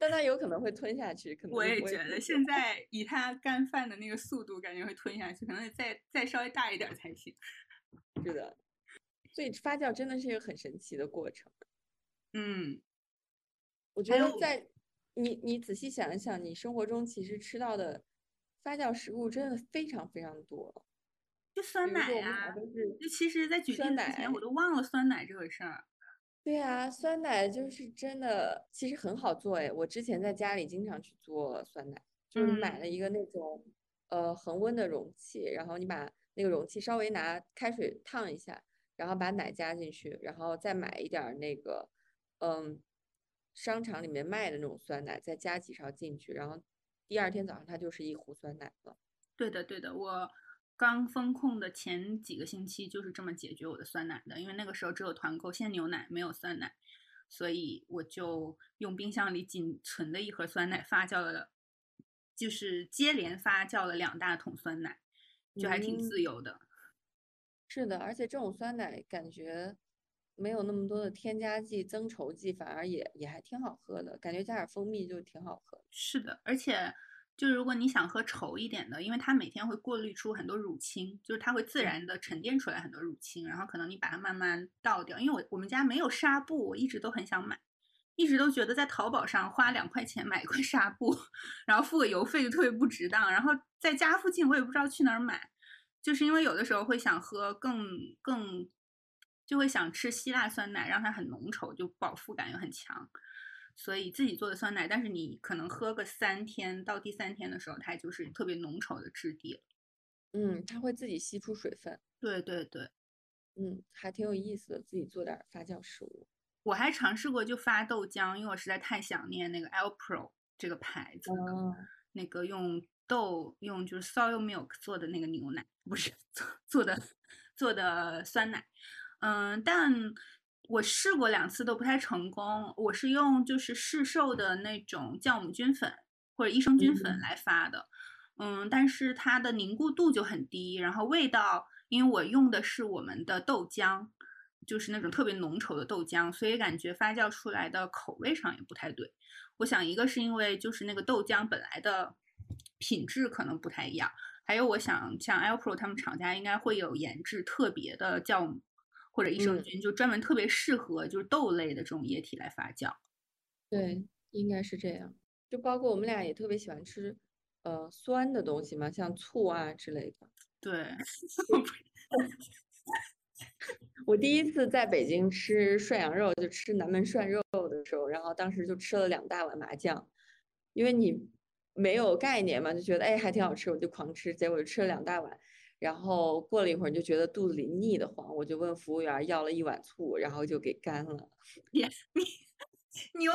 但它有可能会吞下去，可能我也不会觉得现在以它干饭的那个速度，感觉会吞下去，可能得再再稍微大一点才行。 是的，所以发酵真的是一个很神奇的过程。 嗯， 我觉得在你你仔细想一想，你生活中其实吃到的发酵食物真的非常非常多。 就酸奶呀、啊， 就其实，在举例子之前，我都忘了酸奶这回事儿。 对呀、啊，酸奶就是真的，其实很好做哎。我之前在家里经常去做酸奶，就是你买了一个那种、嗯、呃恒温的容器，然后你把那个容器稍微拿开水烫一下，然后把奶加进去，然后再买一点那个嗯商场里面卖的那种酸奶，再加几勺进去，然后第二天早上它就是一壶酸奶了。 对的，对的，我刚封控的前几个星期就是这么解决我的酸奶的，因为那个时候只有团购鲜牛奶，没有酸奶，所以我就用冰箱里仅存的一盒酸奶发酵了，就是接连发酵了两大桶酸奶，就还挺自由的。 嗯、是的，而且这种酸奶感觉没有那么多的添加剂、增稠剂，反而也也还挺好喝的，感觉加点蜂蜜就挺好喝。 是的，而且就是如果你想喝稠一点的，因为它每天会过滤出很多乳清，就是它会自然的沉淀出来很多乳清，然后可能你把它慢慢倒掉。因为我我们家没有纱布，我一直都很想买，一直都觉得在淘宝上花两块钱买一块纱布，然后付个邮费就特别不值当。然后在家附近我也不知道去哪儿买，就是因为有的时候会想喝更更，就会想吃希腊酸奶，让它很浓稠，就饱腹感又很强。所以自己做的酸奶，但是你可能喝个三天，到第三天的时候，它就是特别浓稠的质地了。 嗯，它会自己吸出水分。 对对对， 嗯，还挺有意思的，自己做点发酵食物。 我还尝试过就发豆浆，因为我实在太想念那个 Alpro 这个牌子， 哦、 那个用豆用就是 soy milk 做的那个牛奶，不是做做的做的酸奶。嗯，但我试过两次都不太成功。我是用就是市售的那种酵母菌粉或者益生菌粉来发的，嗯，但是它的凝固度就很低，然后味道，因为我用的是我们的豆浆，就是那种特别浓稠的豆浆，所以感觉发酵出来的口味上也不太对。我想一个是因为就是那个豆浆本来的品质可能不太一样，还有我想像 Alpro 他们厂家应该会有研制特别的酵母或者益生菌， 嗯、 就专门特别适合就是豆类的这种液体来发酵。 对，应该是这样。就包括我们俩也特别喜欢吃呃酸的东西嘛，像醋啊之类的。 对。 我第一次在北京吃涮羊肉，就吃南门涮肉的时候，然后当时就吃了两大碗麻酱，因为你没有概念嘛，就觉得哎还挺好吃，我就狂吃，结果就吃了两大碗，然后过了一会儿就觉得肚子里腻得慌，我就问服务员要了一碗醋，然后就给干了。 也你牛，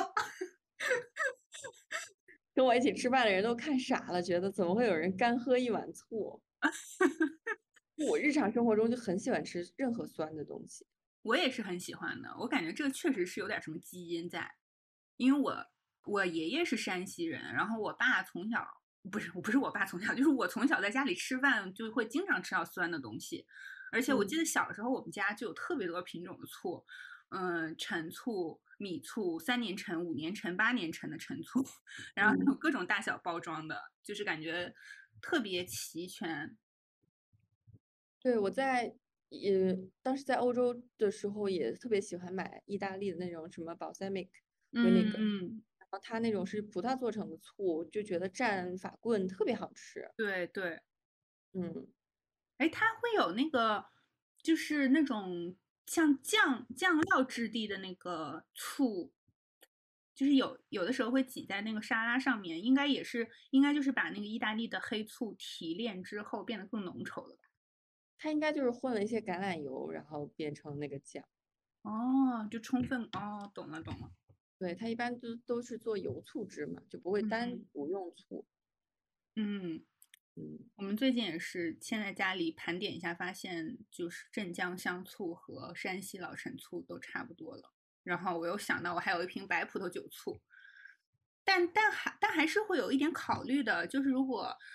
跟我一起吃饭的人都看傻了，觉得怎么会有人干喝一碗醋？我日常生活中就很喜欢吃任何酸的东西。 我也是很喜欢的。我感觉这个确实是有点什么基因在，因为我我爷爷是山西人，然后我爸从小不是不是我爸从小，就是我从小在家里吃饭就会经常吃到酸的东西，而且我记得小时候我们家就有特别多品种的醋，嗯，陈醋、米醋、三年陈、五年陈、八年陈的陈醋，然后有各种大小包装的，就是感觉特别齐全。 对，我在也当时在欧洲的时候也特别喜欢买意大利的那种什么 balsamic vinegar， 嗯， 然后它那种是葡萄做成的醋，就觉得蘸法棍特别好吃。 对对。 嗯， 哎，它会有那个，就是那种像酱酱料质地的那个醋，就是有有的时候会挤在那个沙拉上面，应该也是应该就是把那个意大利的黑醋提炼之后变得更浓稠了吧？ 它应该就是混了一些橄榄油，然后变成那个酱。 哦，就充分哦，懂了懂了。 对，它一般都都是做油醋汁嘛，就不会单嗯独用醋。 嗯， 嗯， 我们最近也是先在家里盘点一下，发现就是镇江香醋和山西老陈醋都差不多了。然后我又想到我还有一瓶白葡萄酒醋，但但还但还是会有一点考虑的，就是如果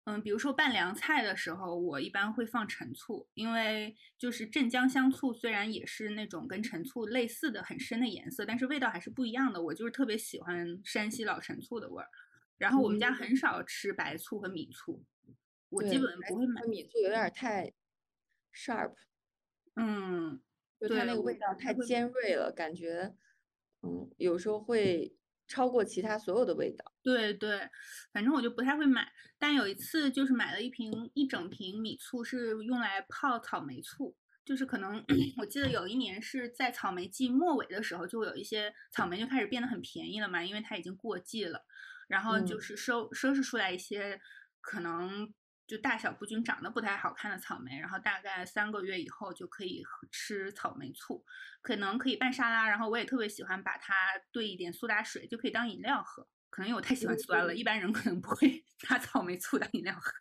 嗯，比如说拌凉菜的时候，我一般会放陈醋，因为就是镇江香醋虽然也是那种跟陈醋类似的很深的颜色，但是味道还是不一样的。我就是特别喜欢山西老陈醋的味儿。然后我们家嗯， 很少吃白醋和米醋，我基对， 本不会买。 和米醋有点太 sharp， 嗯，对， 就它那个味我道太不太会。 尖锐了，感觉嗯有时候会超过其他所有的味道。 对对，反正我就不太会买。但有一次就是买了一瓶一整瓶米醋，是用来泡草莓醋。就是可能我记得有一年是在草莓季末尾的时候，就会有一些草莓就开始变得很便宜了嘛，因为它已经过季了。然后就嗯， 是收收拾出来一些可能就大小不均、长得不太好看的草莓，然后大概三个月以后就可以喝吃草莓醋，可能可以拌沙拉。然后我也特别喜欢把它兑一点苏打水，就可以当饮料喝。可能因为我太喜欢酸了，一般人可能不会拿草莓醋当饮料喝。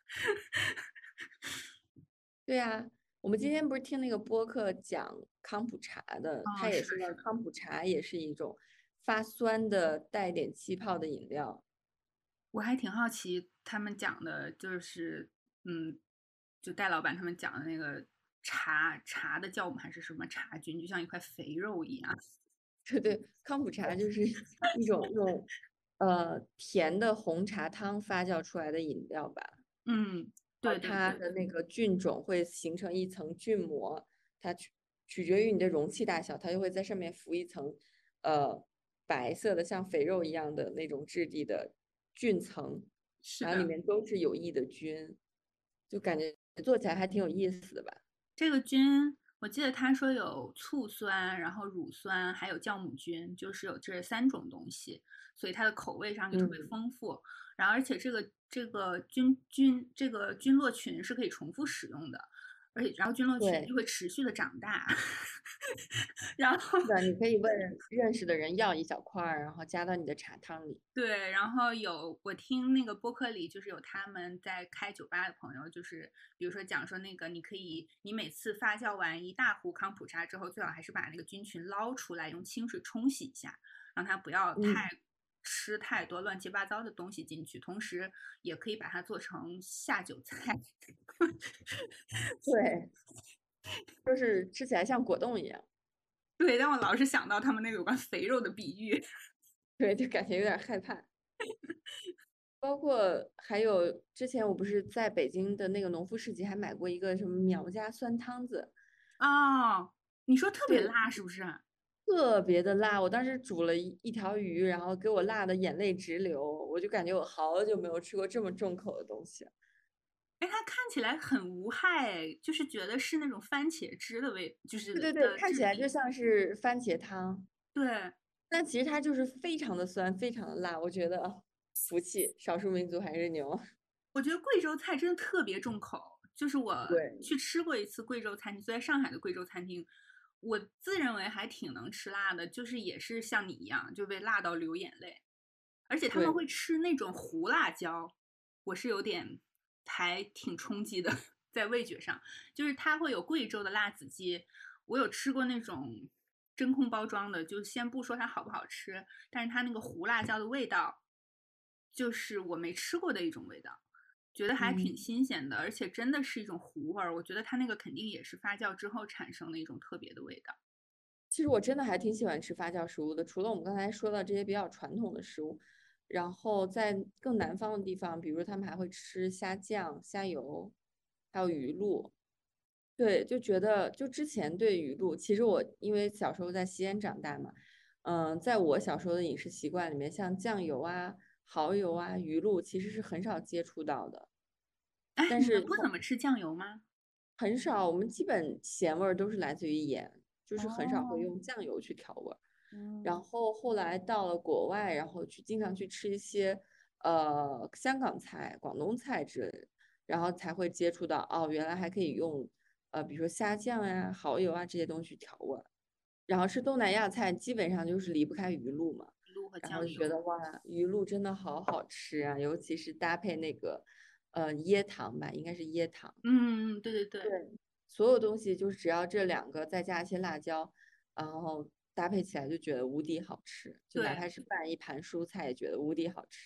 对呀，我们今天不是听那个播客讲康普茶的，他哦， 也说到是的，是的。 康普茶也是一种发酸的带点气泡的饮料。 我还挺好奇他们讲的，就是嗯，就戴老板他们讲的那个茶茶的酵母还是什么茶菌，就像一块肥肉一样。 对对，康普茶就是一种用呃甜的红茶汤发酵出来的饮料吧。 嗯， 然后对对对对。 它的那个菌种会形成一层菌膜，它取取决于你的容器大小，它就会在上面浮一层呃白色的像肥肉一样的那种质地的菌层，然后里是的。 面都是有益的菌，就感觉做起来还挺有意思的吧。 这个菌，我记得他说有醋酸，然后乳酸，还有酵母菌，就是有这三种东西，所以它的口味上就特别嗯， 丰富。然后，而且这个这个菌菌这个菌落群是可以重复使用的，而且然后菌落群对， 就会持续的长大。然后是的，你可以问认识的人要一小块儿，然后加到你的茶汤里。 对，然后有我听那个播客里，就是有他们在开酒吧的朋友，就是比如说讲说那个，你可以，你每次发酵完一大壶康普茶之后，最好还是把那个菌群捞出来，用清水冲洗一下，让它不要嗯， 太吃太多乱七八糟的东西进去，同时也可以把它做成下酒菜。 对，就是吃起来像果冻一样。 对，但我老是想到他们那个有关肥肉的比喻。 对，就感觉有点害怕。包括还有之前我不是在北京的那个农夫市集还买过一个什么苗家酸汤子， 哦，你说特别对， 辣是不是？ 特别的辣。我当时煮了一一条鱼，然后给我辣的眼泪直流，我就感觉我好久没有吃过这么重口的东西了。 哎，它看起来很无害，就是觉得是那种番茄汁的味，就是对对对， 的看起质地。 来就像是番茄汤， 对， 但其实它就是非常的酸，非常的辣。我觉得啊服气，少数民族还是牛。 我觉得贵州菜真的特别重口。就是我对去吃过一次贵州餐厅，就在上海的贵州餐厅，我自认为还挺能吃辣的，就是也是像你一样就被辣到流眼泪。而且他们对， 会吃那种胡辣椒，我是有点还挺冲击的，在味觉上。就是它会有贵州的辣子鸡，我有吃过那种真空包装的，就先不说它好不好吃，但是它那个胡辣椒的味道，就是我没吃过的一种味道，觉得还挺嗯。 新鲜的，而且真的是一种糊味儿。我觉得它那个肯定也是发酵之后产生的一种特别的味道。 其实我真的还挺喜欢吃发酵食物的，除了我们刚才说到这些比较传统的食物，然后在更南方的地方，比如他们还会吃虾酱、虾油，还有鱼露。对，就觉得就之前对鱼露，其实我因为小时候在西安长大嘛，嗯，在我小时候的饮食习惯里面，像酱油啊、蚝油啊、鱼露其实是很少接触到的。 哎，你们但是不怎么吃酱油吗？ 很少，我们基本咸味儿都是来自于盐，就是很少会哦。 用酱油去调味儿。然嗯。 后后来到了国外，然后去经常去吃一些呃香港菜、广东菜之类的，然后才会接触到哦，原来还可以用呃比如说虾酱呀、蚝油啊这些东西去调味儿。然后吃东南亚菜基本上就是离不开鱼露嘛， 露和然后就觉酱油。 得哇，鱼露真的好好吃啊，尤其是搭配那个呃椰糖吧，应该是椰糖。 嗯，对对对对，所有东西就是只要这两个再加一些辣椒，然后搭配起来就觉得无敌好吃，就哪对怕是拌一盘蔬菜也觉得无敌好吃。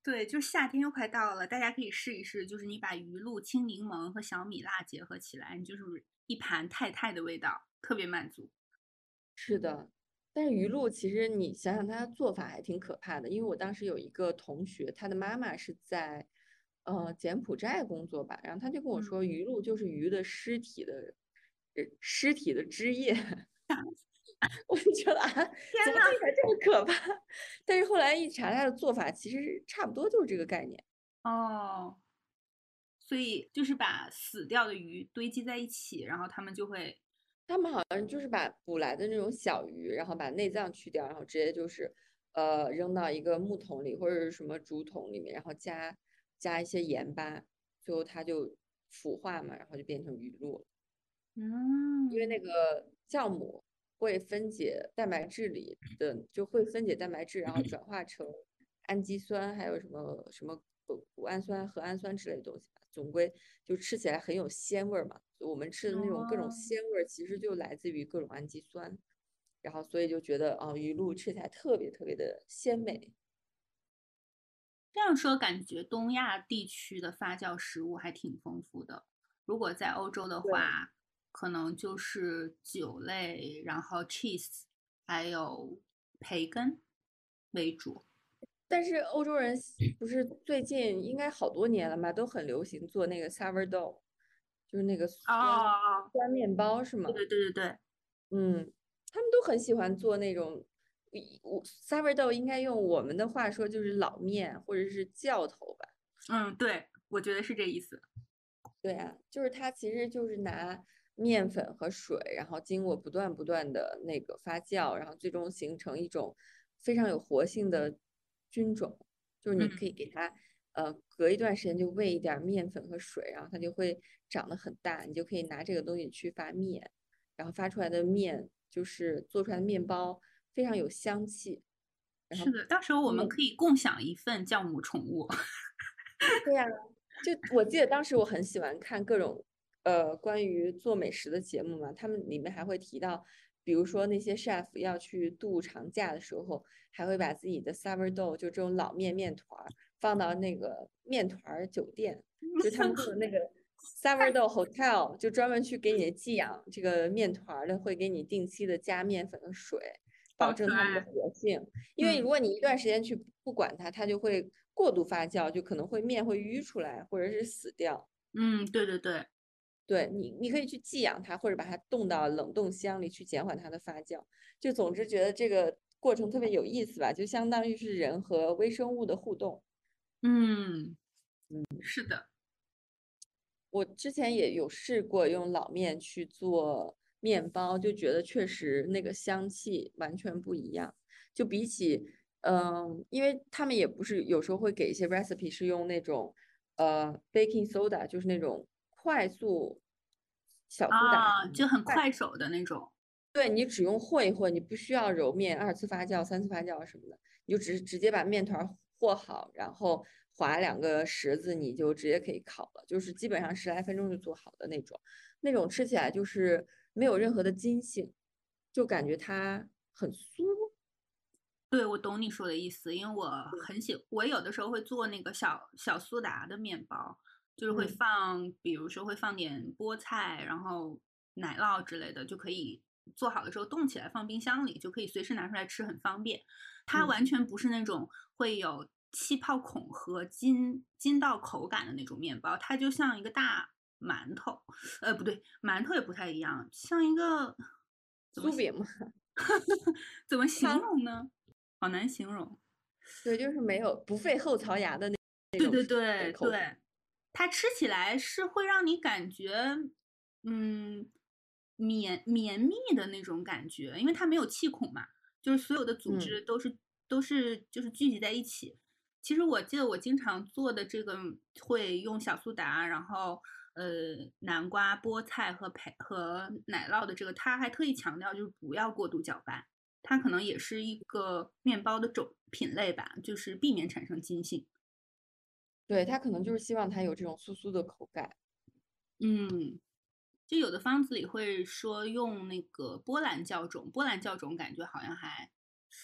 对，就是夏天又快到了，大家可以试一试，就是你把鱼露、青柠檬和小米辣结合起来，你就是一盘太太的味道，特别满足。 是的，但是鱼露其实你想想它的做法还挺可怕的，因为我当时有一个同学，他的妈妈是在呃柬埔寨工作吧，然后他就跟我说，鱼露就是鱼的尸体的呃尸体的汁液，我就觉得啊，怎么听起来这么可怕？但是后来一查它的做法，其实差不多就是这个概念。 哦，所以就是把死掉的鱼堆积在一起，然后他们就会， 他们好像就是把捕来的那种小鱼，然后把内脏去掉，然后直接就是呃扔到一个木桶里或者是什么竹筒里面，然后加加一些盐巴，最后它就腐化嘛，然后就变成鱼露了。因为那嗯， 个酵母会分解蛋白质里的，就会分解蛋白质，然后转化成氨基酸，还有什么什么谷谷氨酸、核氨酸之类的东西吧。总归就吃起来很有鲜味儿嘛。我们吃的那种各种哦， 鲜味儿，其实就来自于各种氨基酸。然后所以就觉得啊、鱼露吃起来特别特别的鲜美。 这样说感觉东亚地区的发酵食物还挺丰富的。如果在欧洲的对， 话，可能就是酒类，然后 cheese，还有培根为主。 但是欧洲人不是最近应该好多年了嘛，都很流行做那个 sourdough，就是那个酸哦， 酸面包是吗？ 对对对对对， 嗯，他们都很喜欢做那种，一我 sourdough 应该用我们的话说就是老面或者是酵头吧。 嗯，对，我觉得是这意思。 对啊，就是它其实就是拿面粉和水，然后经过不断不断的那个发酵，然后最终形成一种非常有活性的菌种。就是你可嗯， 以给它呃隔一段时间就喂一点儿面粉和水，然后它就会长得很大，你就可以拿这个东西去发面，然后发出来的面就是做出来的面包非常有香气，然后是的，到时候我们面可以共享一份酵母宠物。 对呀，就我记得当时我很喜欢看各种呃关于做美食的节目嘛，他们里面还会提到，比如说那些 chef 要去度长假的时候，还会把自己的 sourdough 就这种老面面团儿放到那个面团儿酒店，就他们会有那个 sourdough hotel，就专门去给你寄养这个面团儿的，会给你定期的加面粉和水，保好可证它们的爱。 活性。因为如嗯果你一段时间去不管它，它就会过度发酵，就可能会面会淤出来，或者是死掉。 嗯，对对对， 对你，你可以去寄养它，或者把它冻到冷冻箱里去减缓它的发酵。就总之觉得这个过程特别有意思吧，就相当于是人和微生物的互动。 嗯，是的。 我之前也有试过用老面去做面包，就觉得确实那个香气完全不一样。就比起，嗯，因为他们也不是有时候会给一些 recipe 是用那种呃 baking soda，就是那种快速小苏打， 啊，就很快， 快手的那种。 对你只用和一和，你不需要揉面、二次发酵、三次发酵什么的，你就直直接把面团和好，然后划两个十字，你就直接可以烤了，就是基本上十来分钟就做好的那种。那种吃起来就是没有任何的筋性，就感觉它很酥。 对，我懂你说的意思，因为我很喜，我有的时候会做那个小小苏打的面包，就是会嗯放，比如说会放点菠菜，然后奶酪之类的，就可以做好了之后冻起来放冰箱里，就可以随时拿出来吃，很方便。它嗯， 完全不是那种会有气泡孔和筋筋道口感的那种面包，它就像一个大馒头，呃，不对，馒头也不太一样，像一个怎么酥饼嘛， 怎么形汤， 容呢？好难形容。 对，就是没有不费后槽牙的那对对对口感。 对，它吃起来是会让你感觉，嗯，绵绵密的那种感觉，因为它没有气孔嘛，就是所有的组嗯织都是都是就是聚集在一起。其实我记得我经常做的这个会用小苏打，然后呃南瓜、菠菜和培和奶酪的这个，他还特意强调就是不要过度搅拌，它可能也是一个面包的种品类吧，就是避免产生筋性。 对，他可能就是希望它有这种酥酥的口感。 嗯，就有的方子里会说用那个波兰酵种，波兰酵种感觉好像还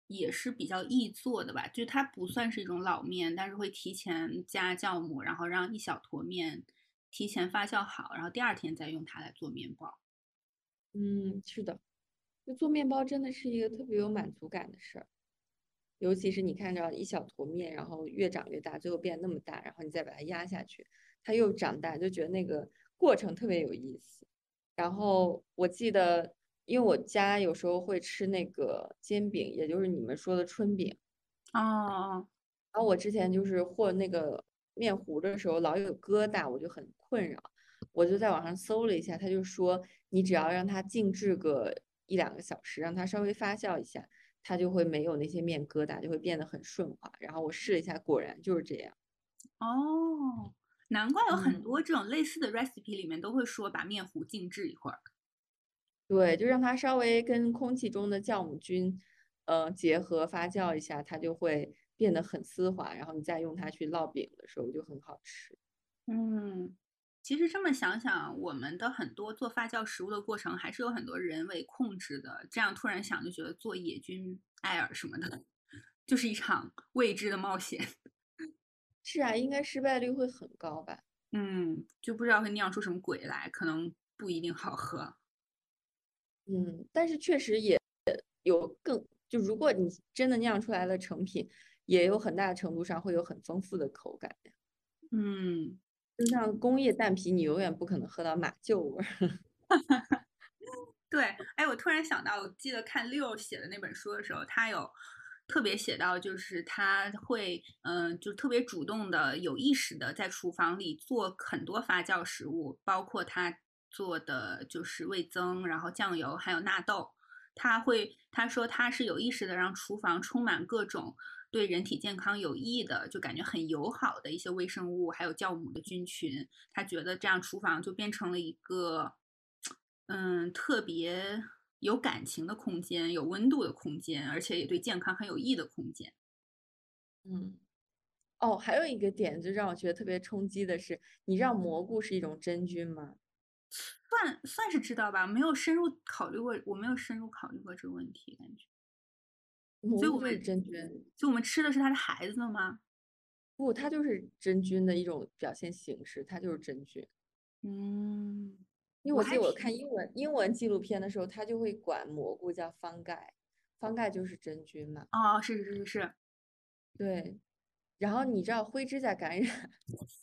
也是比较易做的吧，就它不算是一种老面，但是会提前加酵母，然后让一小坨面提前发酵好，然后第二天再用它来做面包。 嗯，是的，就做面包真的是一个特别有满足感的事儿，尤其是你看着一小坨面，然后越长越大，最后变那么大，然后你再把它压下去，它又长大，就觉得那个过程特别有意思。然后我记得，因为我家有时候会吃那个煎饼，也就是你们说的春饼。 哦， 然后我之前就是和那个面糊的时候老有疙瘩，我就很困扰。我就在网上搜了一下，他就说你只要让它静置个一两个小时，让它稍微发酵一下，它就会没有那些面疙瘩，就会变得很顺滑。然后我试了一下，果然就是这样。 哦，难怪有很嗯， 多这种类似的 recipe 里面都会说把面糊静置一会儿。 对，就让它稍微跟空气中的酵母菌，呃，结合发酵一下，它就会变得很丝滑。然后你再用它去烙饼的时候就很好吃。 嗯，其实这么想想，我们的很多做发酵食物的过程还是有很多人为控制的。这样突然想就觉得做野菌、艾尔什么的，就是一场未知的冒险。 是啊，应该失败率会很高吧？ 嗯，就不知道会酿出什么鬼来，可能不一定好喝。 嗯，但是确实也有更，就如果你真的酿出来了成品，也有很大程度上会有很丰富的口感呀。 嗯， 就像工业蛋皮，你永远不可能喝到马厩味儿。 对，哎，我突然想到，我记得看六写的那本书的时候，他有特别写到，就是他会，嗯、就特别主动的、有意识的在厨房里做很多发酵食物，包括他做的就是味增，然后酱油，还有纳豆。他会，他说他是有意识的让厨房充满各种对人体健康有益的，就感觉很友好的一些微生物，还有酵母的菌群。他觉得这样厨房就变成了一个。嗯，特别有感情的空间，有温度的空间，而且也对健康很有益的空间。 嗯，哦，还有一个点就让我觉得特别冲击的是，你知道蘑菇是一种真菌吗？ 算算是知道吧，没有深入考虑过，我没有深入考虑过这个问题，感觉。所以我们， 蘑菇就是真菌。 所以我们吃的是它的孩子吗？ 不，它就是真菌的一种表现形式，它就是真菌。 嗯， 因为我记得我我还挺， 看英文英文纪录片的时候，他就会管蘑菇叫方盖，方盖就是真菌嘛。 哦，是是是是， 对，然后你知道灰指甲感染，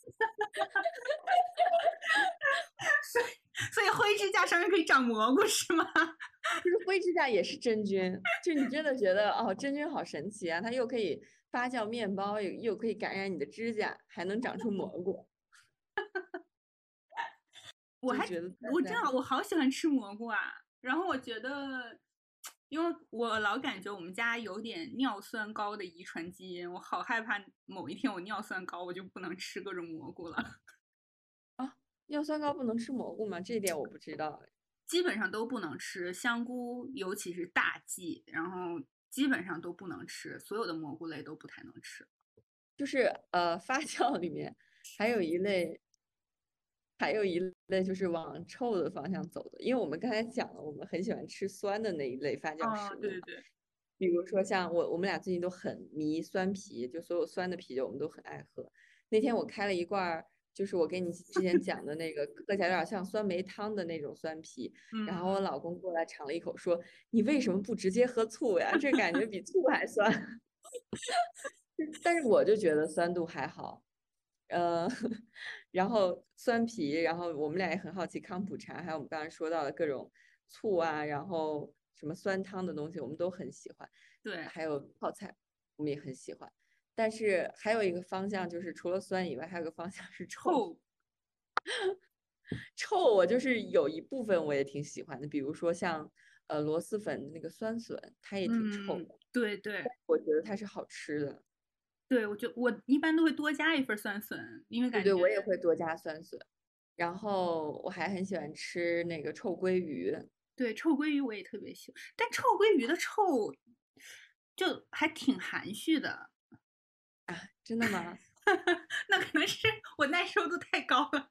所以灰指甲上面可以长蘑菇是吗？ 其实灰指甲也是真菌，就你真的觉得哦，真菌好神奇啊，它又可以发酵面包，又又可以感染你的指甲，还能长出蘑菇， 我还就觉得太我真的太我好喜欢吃蘑菇啊，然后我觉得，因为我老感觉我们家有点尿酸高的遗传基因，我好害怕某一天我尿酸高，我就不能吃各种蘑菇了。 啊，尿酸高不能吃蘑菇吗？这一点我不知道哎。 基本上都不能吃香菇，尤其是大戟，然后基本上都不能吃，所有的蘑菇类都不太能吃。 就是呃，发酵里面还有一类，还有一类就是往臭的方向走的，因为我们刚才讲了，我们很喜欢吃酸的那一类发酵食哦，对物嘛， 对对， 比如说像我，我们俩最近都很迷酸啤，就所有酸的啤酒我们都很爱喝。那天我开了一罐儿，就是我给你之前讲的那个喝起来有点像酸梅汤的那种酸啤，然后我嗯， 老公过来尝了一口，说：“你为什么不直接喝醋呀？这感觉比醋还酸。”但是我就觉得酸度还好，呃，然后酸啤，然后我们俩也很好奇康普茶，还有我们刚才说到的各种醋啊，然后什么酸汤的东西，我们都很喜欢， 对， 还有泡菜，我们也很喜欢。但是还有一个方向就是除了酸以外，还有个方向是臭。 臭， 臭我就是有一部分我也挺喜欢的，比如说像呃螺蛳粉那个酸笋，它也挺臭嗯， 的， 对对我觉得它是好吃的。 对，我就我一般都会多加一份酸笋，因为对对， 感觉我也会多加酸笋。然后我还很喜欢吃那个臭鳜鱼。 对臭鳜鱼我也特别喜欢，但臭鳜鱼的臭就还挺含蓄的， 真的吗？ 那可能是我耐受度太高了，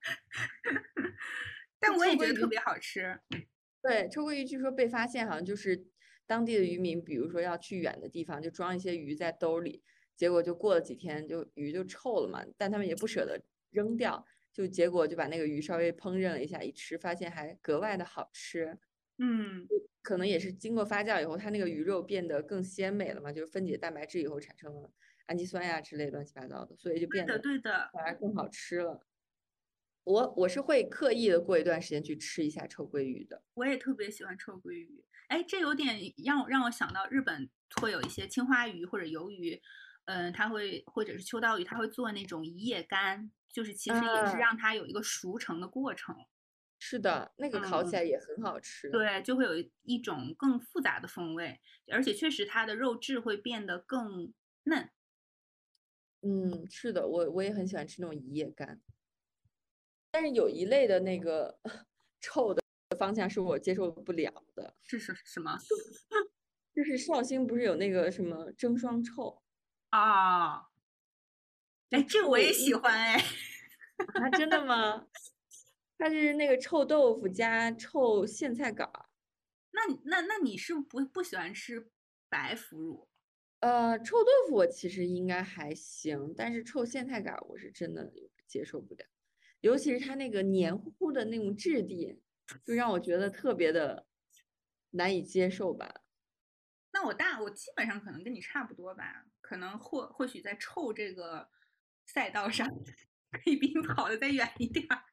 但我也觉臭鳜鱼， 得特别好吃。 对，臭鳜鱼据说被发现好像就是当地的渔民，比如说要去远的地方，就装一些鱼在兜里，结果就过了几天就鱼就臭了嘛，但他们也不舍得扔掉，就结果就把那个鱼稍微烹饪了一下，一吃发现还格外的好吃。 嗯， 可能也是经过发酵以后，它那个鱼肉变得更鲜美了嘛，就是分解蛋白质以后产生了氨基酸呀之类乱七八糟的，所以就对的变得对的， 反而更好吃了。我我是会刻意的过一段时间去吃一下臭鳜鱼的。 我也特别喜欢臭鳜鱼。哎，这有点让让我想到日本会有一些青花鱼或者鱿鱼，嗯，它会或者是秋刀鱼，它会做那种一夜干，就是其实也是啊， 让它有一个熟成的过程。 是的，那个嗯烤起来嗯， 也很好吃。 对，就会有一一种更复杂的风味，而且确实它的肉质会变得更嫩。 嗯，是的，我我也很喜欢吃那种一夜干，但是有一类的那个臭的方向是我接受不了的， 是是什么？ 就是绍兴不是有那个什么蒸双臭， 啊， 就哎，这个我也臭一喜欢哎。 啊，真的吗？它是那个臭豆腐加臭苋菜杆儿。 那你那那你是不不喜欢吃白腐乳？ 呃，臭豆腐我其实应该还行，但是臭苋菜杆儿我是真的接受不了，尤其是它那个黏糊糊的那种质地，就让我觉得特别的难以接受吧。 那我大我基本上可能跟你差不多吧，可能或或许在臭这个赛道上，可以比你跑得再远一点儿。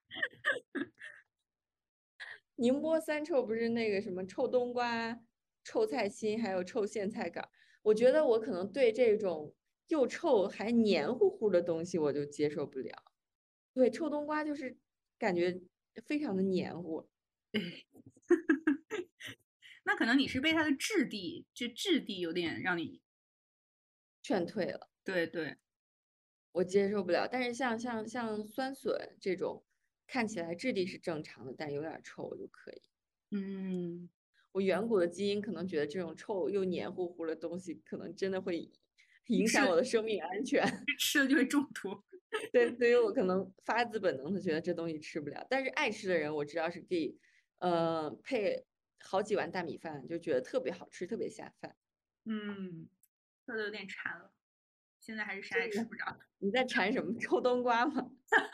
宁波三臭不是那个什么臭冬瓜、臭菜心，还有臭苋菜杆儿，我觉得我可能对这种又臭还黏糊糊的东西我就接受不了。对，臭冬瓜就是感觉非常的黏糊。 那可能你是被它的质地，就质地有点让你， 劝退了， 对对， 我接受不了。但是像像像酸笋这种，看起来质地是正常的，但有点臭我就可以。 嗯， 我远古的基因可能觉得这种臭又黏糊糊的东西，可能真的会影响我吃的生命安全。 吃了就会中毒。 对，所以我可能发自本能的觉得这东西吃不了。但是爱吃的人，我知道是可以，呃，配好几碗大米饭，就觉得特别好吃，特别下饭。 嗯，说的有点馋了，现在还是啥也吃不着。 你在馋什么？臭冬瓜吗？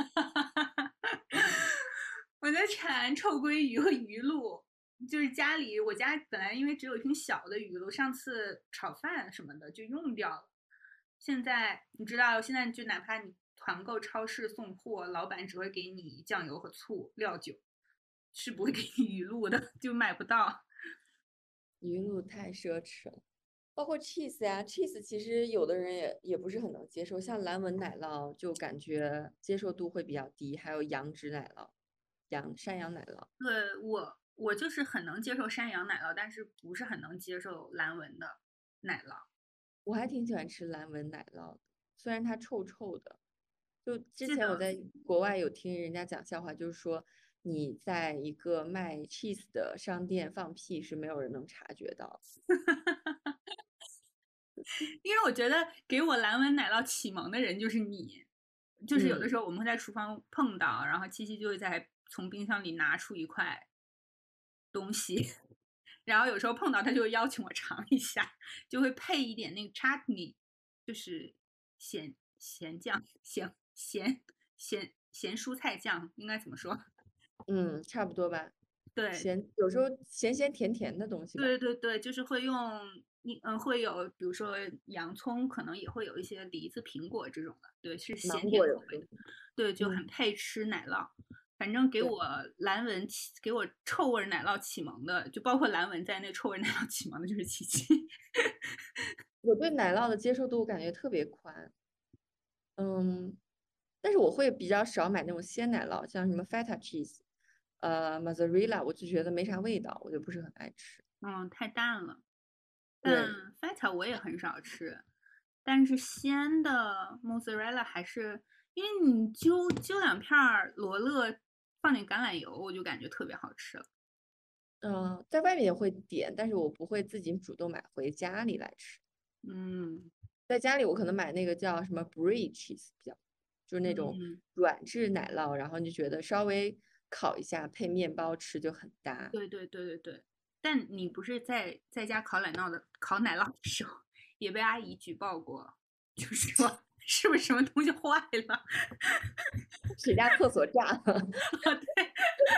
我在馋臭鳜鱼和鱼露，就是家里我家本来因为只有一瓶小的鱼露，上次炒饭什么的就用掉了。现在你知道，现在就哪怕你团购超市送货，老板只会给你酱油和醋、料酒，是不会给你鱼露的，就买不到。 鱼露太奢侈了。包括 cheese 呀，cheese 其实有的人也也不是很能接受，像蓝纹奶酪就感觉接受度会比较低，还有杨枝奶酪、羊山羊奶酪。 对，我，我就是很能接受山羊奶酪，但是不是很能接受蓝纹的奶酪。 我还挺喜欢吃蓝纹奶酪的，虽然它臭臭的。就之记得， 前我在国外有听人家讲笑话，就是说你在一个卖 cheese 的商店放屁是没有人能察觉到的。 因为我觉得给我蓝纹奶酪启蒙的人就是你，就是有的嗯， 时候我们会在厨房碰到，然后七七就会在从冰箱里拿出一块东西，然后有时候碰到他就会邀请我尝一下，就会配一点那个 chutney，就是咸咸酱、咸咸咸咸蔬菜酱，应该怎么说？ 嗯，差不多吧。 对咸，有时候咸咸甜甜的东西吧。 对对对，就是会用一嗯会有，比如说洋葱，可能也会有一些梨子、苹果这种的，对，是咸芒甜口味的， 果有时候， 对，就很嗯， 配吃奶酪。反正给对， 我蓝纹起，给我臭味奶酪启蒙的，就包括蓝纹在内，臭味奶酪启蒙的就是琪琪。 我对奶酪的接受度我感觉特别宽。嗯，但是我会比较少买那种鲜奶酪，像什么 feta cheese，呃，mozzarella，我就觉得没啥味道，我就不是很爱吃。 嗯，太淡了。但对， feta 我也很少吃，但是鲜的 mozzarella 还是，因为你揪揪两片罗勒，放点橄榄油，我就感觉特别好吃了。 嗯，在外面也会点，但是我不会自己主动买回家里来吃。 嗯在家里我可能买那个叫什么 brie cheese 比较，就是那种嗯， 软质奶酪，然后你就觉得稍微烤一下配面包吃就很搭。 对对对对对， 但你不是在在家烤奶酪的烤奶酪的时候，也被阿姨举报过，就说是不是什么东西坏了？ 谁家厕所炸了？ 啊，对，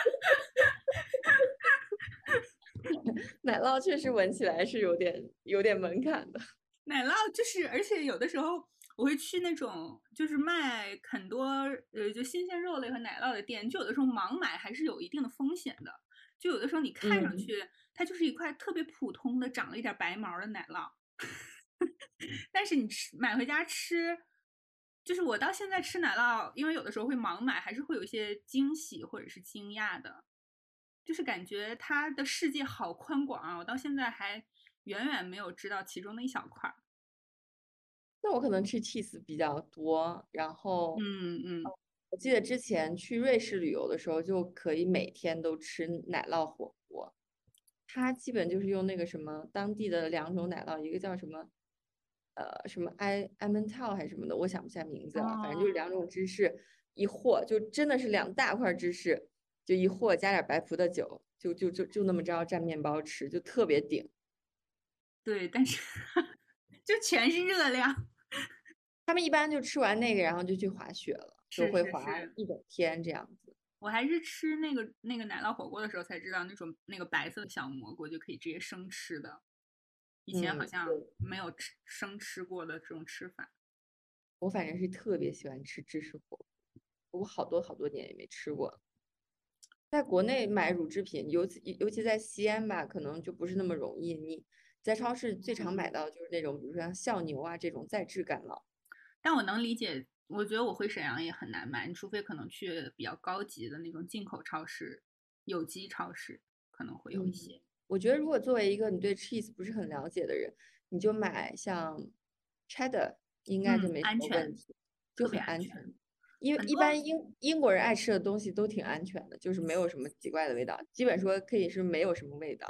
奶酪确实闻起来是有点有点门槛的。 奶酪就是，而且有的时候我会去那种就是卖很多呃就新鲜肉类和奶酪的店，就有的时候盲买还是有一定的风险的。就有的时候你看上去、嗯、它就是一块特别普通的长了一点白毛的奶酪，但是你吃买回家吃，就是我到现在吃奶酪，因为有的时候会盲买，还是会有一些惊喜或者是惊讶的，就是感觉它的世界好宽广啊！我到现在还远远没有知道其中的一小块。 那我可能吃 cheese 比较多，然后嗯嗯， 我记得之前去瑞士旅游的时候，就可以每天都吃奶酪火锅。它基本就是用那个什么当地的两种奶酪，一个叫什么呃什么埃埃蒙套还是什么的，我想不起来名字了，反正就是两种芝士一和，就真的是两大块芝士，就一和加点白葡萄酒，就就就就那么着蘸面包吃，就特别顶。 对，但是就全是热量。 他们一般就吃完那个，然后就去滑雪了，就会滑一整天这样子。 我还是吃那个那个奶酪火锅的时候才知道，那种那个白色的小蘑菇就可以直接生吃的。以前好像没有吃、嗯、生吃过的这种吃法。 我反正是特别喜欢吃芝士火锅，我好多好多年也没吃过。在国内买乳制品，尤其尤其在西安吧，可能就不是那么容易。你在超市最常买到就是那种，比如说像孝牛啊这种再制干酪。 但我能理解，我觉得我回沈阳也很难买，你除非可能去比较高级的那种进口超市、有机超市，可能会有一些。 嗯、我觉得如果作为一个你对 cheese 不是很了解的人，你就买像 cheddar 应该就没什么问题， 嗯、 就很安全。因为一般英英国人爱吃的东西都挺安全的，就是没有什么奇怪的味道，基本说可以是没有什么味道。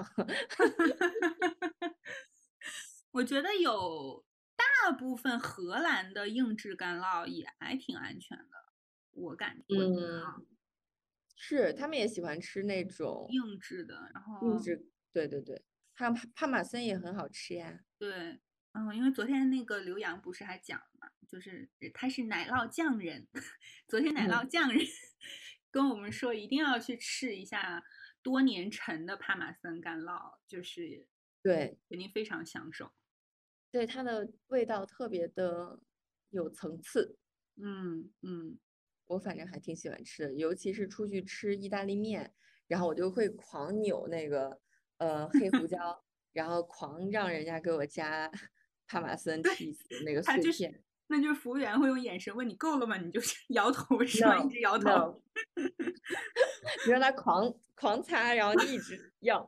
我觉得有大部分荷兰的硬质干酪也还挺安全的，我感觉。 嗯，是他们也喜欢吃那种硬质的，然后硬质，对对对，还有帕玛森也很好吃呀。 对，嗯，因为昨天那个刘洋不是还讲了嘛，就是他是奶酪匠人，昨天奶酪匠人、嗯、跟我们说一定要去试一下多年陈的帕玛森干酪，就是对， 肯定非常享受。 对，它的味道特别的有层次。 嗯嗯， 我反正还挺喜欢吃的，尤其是出去吃意大利面，然后我就会狂扭那个呃黑胡椒，然后狂让人家给我加帕玛森 cheese 那个碎片。 就是那就是服务员会用眼神问你够了吗？你就是摇头是吧？ no, 一直摇头。 No. 你让他狂狂擦，然后你一直要，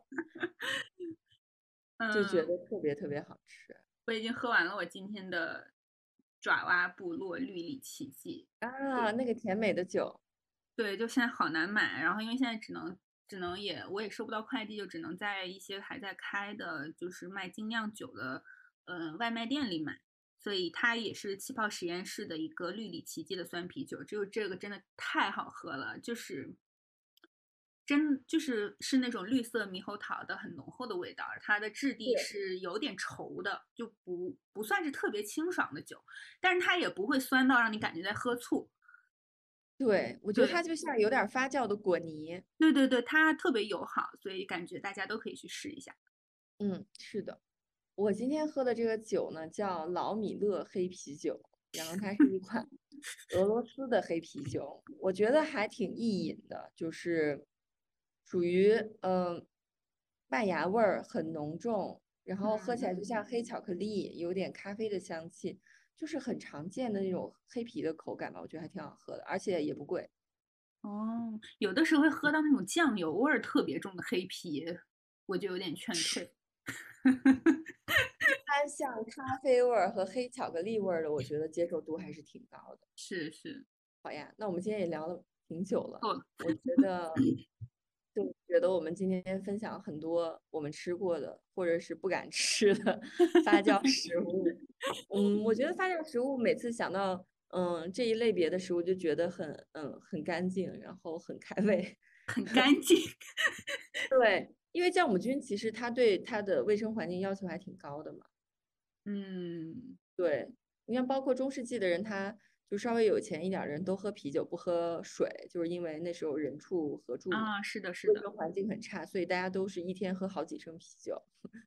就觉得特别特别好吃。 我已经喝完了我今天的爪哇部落绿里奇迹啊，那个甜美的酒。 对，就现在好难买，然后因为现在只能只能也我也收不到快递，就只能在一些还在开的就是卖精酿酒的呃外卖店里买，所以它也是气泡实验室的一个绿里奇迹的酸啤酒，只有这个真的太好喝了，就是真就是是那种绿色猕猴桃的很浓厚的味道，它的质地是有点稠的，就不不算是特别清爽的酒，但是它也不会酸到让你感觉在喝醋。 对，我觉得它就像有点发酵的果泥。 对对对，它特别友好，所以感觉大家都可以去试一下。 嗯，是的。我今天喝的这个酒呢，叫老米勒黑啤酒，然后它是一款俄罗斯的黑啤酒，我觉得还挺易饮的，就是属于嗯、呃、麦芽味儿很浓重，然后喝起来就像黑巧克力，有点咖啡的香气，就是很常见的那种黑啤的口感吧，我觉得还挺好喝的，而且也不贵。 哦，有的时候会喝到那种酱油味儿特别重的黑啤，我就有点劝退。 它像咖啡味儿和黑巧克力味儿的，我觉得接受度还是挺高的。 是是， 好呀，那我们今天也聊了挺久了， 够了。 我觉得，就觉得我们今天分享很多我们吃过的或者是不敢吃的发酵食物。嗯，我觉得发酵食物每次想到嗯这一类别的食物，就觉得很嗯很干净，然后很开胃， 很干净。 对。 因为酵母菌其实它对它的卫生环境要求还挺高的嘛。 嗯， 对，你看，包括中世纪的人，他就稍微有钱一点的人都喝啤酒不喝水，就是因为那时候人畜合住嘛， 啊，是的，是的， 卫生环境很差，所以大家都是一天喝好几升啤酒。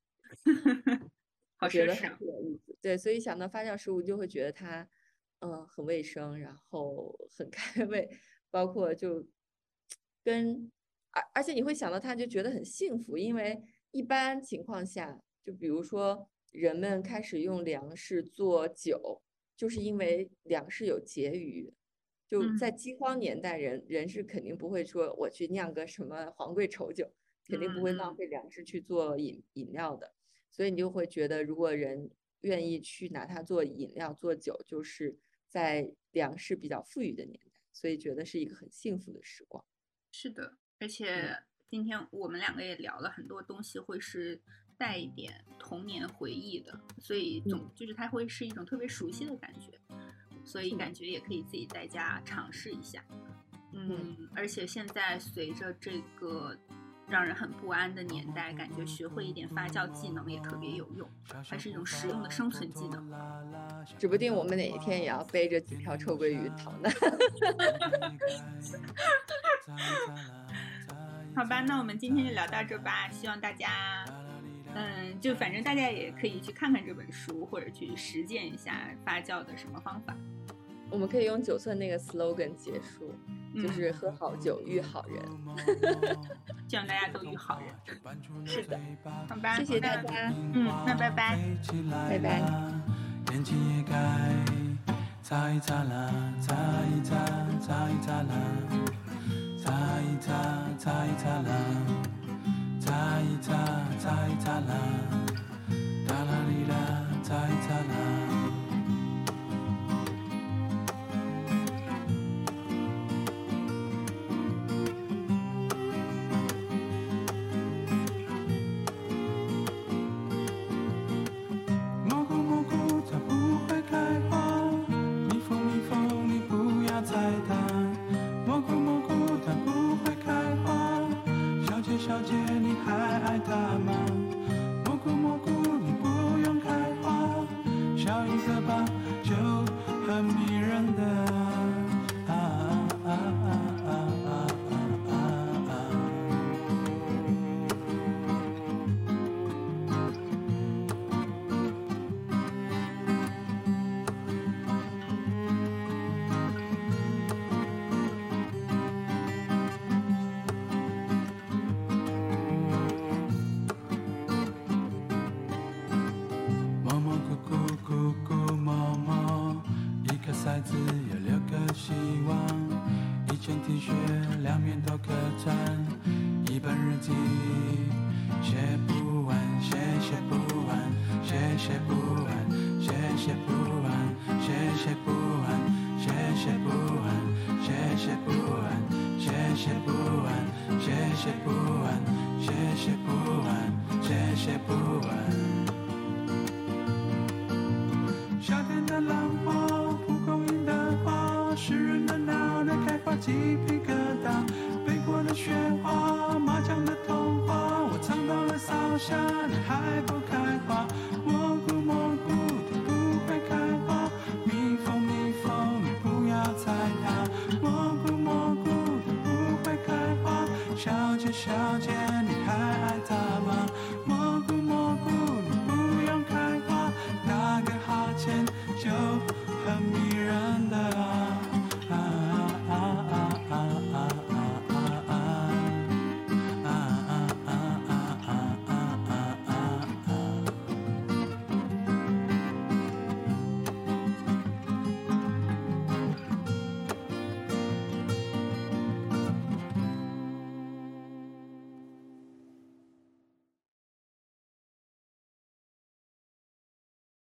好我觉得奢侈啊。 很有意思。对，所以想到发酵食物，就会觉得它，嗯、很卫生，然后很开胃，包括就跟，而而且你会想到它，就觉得很幸福，因为一般情况下，就比如说人们开始用粮食做酒，就是因为粮食有结余。就在嗯饥荒年代人，人是肯定不会说我去酿个什么皇贵稠酒，肯定不会浪嗯嗯费粮食去做饮饮料的。所以你就会觉得，如果人愿意去拿它做饮料、做酒，就是在粮食比较富裕的年代，所以觉得是一个很幸福的时光。 是的，而嗯且今天我们两个也聊了很多东西，会是带一点童年回忆的，所以总嗯就是它会是一种特别熟悉的感觉，所以是的感觉也可以自己在家尝试一下。 嗯嗯，而且现在随着这个让人很不安的年代，感觉学会一点发酵技能也特别有用，还是一种实用的生存技能。 指不定我们哪一天也要背着几条臭鳜鱼逃难。 好吧，那我们今天就聊到这吧，希望大家，嗯，就反正大家也可以去看看这本书，或者去实践一下发酵的什么方法。 我们可以用九寸那个 slogan 结束，就是喝好酒遇好人。 希望大家都遇好人。 是的， 好吧， 谢谢大家， 嗯，那拜拜， 拜拜。 眼睛也该擦一擦啦，擦一擦，擦一擦啦，擦一擦，擦一擦啦，擦一擦，擦一擦啦，哒啦哩啦，擦一擦啦。蘑菇蘑菇它不会开花，蜜蜂蜜蜂你不要采它。蘑菇蘑菇它不会开花，小姐小姐你还爱它吗？蘑菇蘑菇你不用开花，笑一个吧就很迷人的啊啊啊啊啊啊啊！摸摸咕咕咕咕摸摸，一颗骰子有六个希望，一件 T 恤两面都可穿，一本日记写不完，写写不完，写写不完，写写不完，写写不完，写写不完，写写不完，写写不完，写写不完，写写不完，写写不完。夏天的浪花，蒲公英的花，诗人的脑袋开花鸡皮疙瘩，北国的雪花，麻将的童话，我尝到了烧香，你还不开花。蘑菇蘑菇它不会开花，蜜蜂蜜蜂你不要采它。蘑菇蘑菇它不会开花，小姐小姐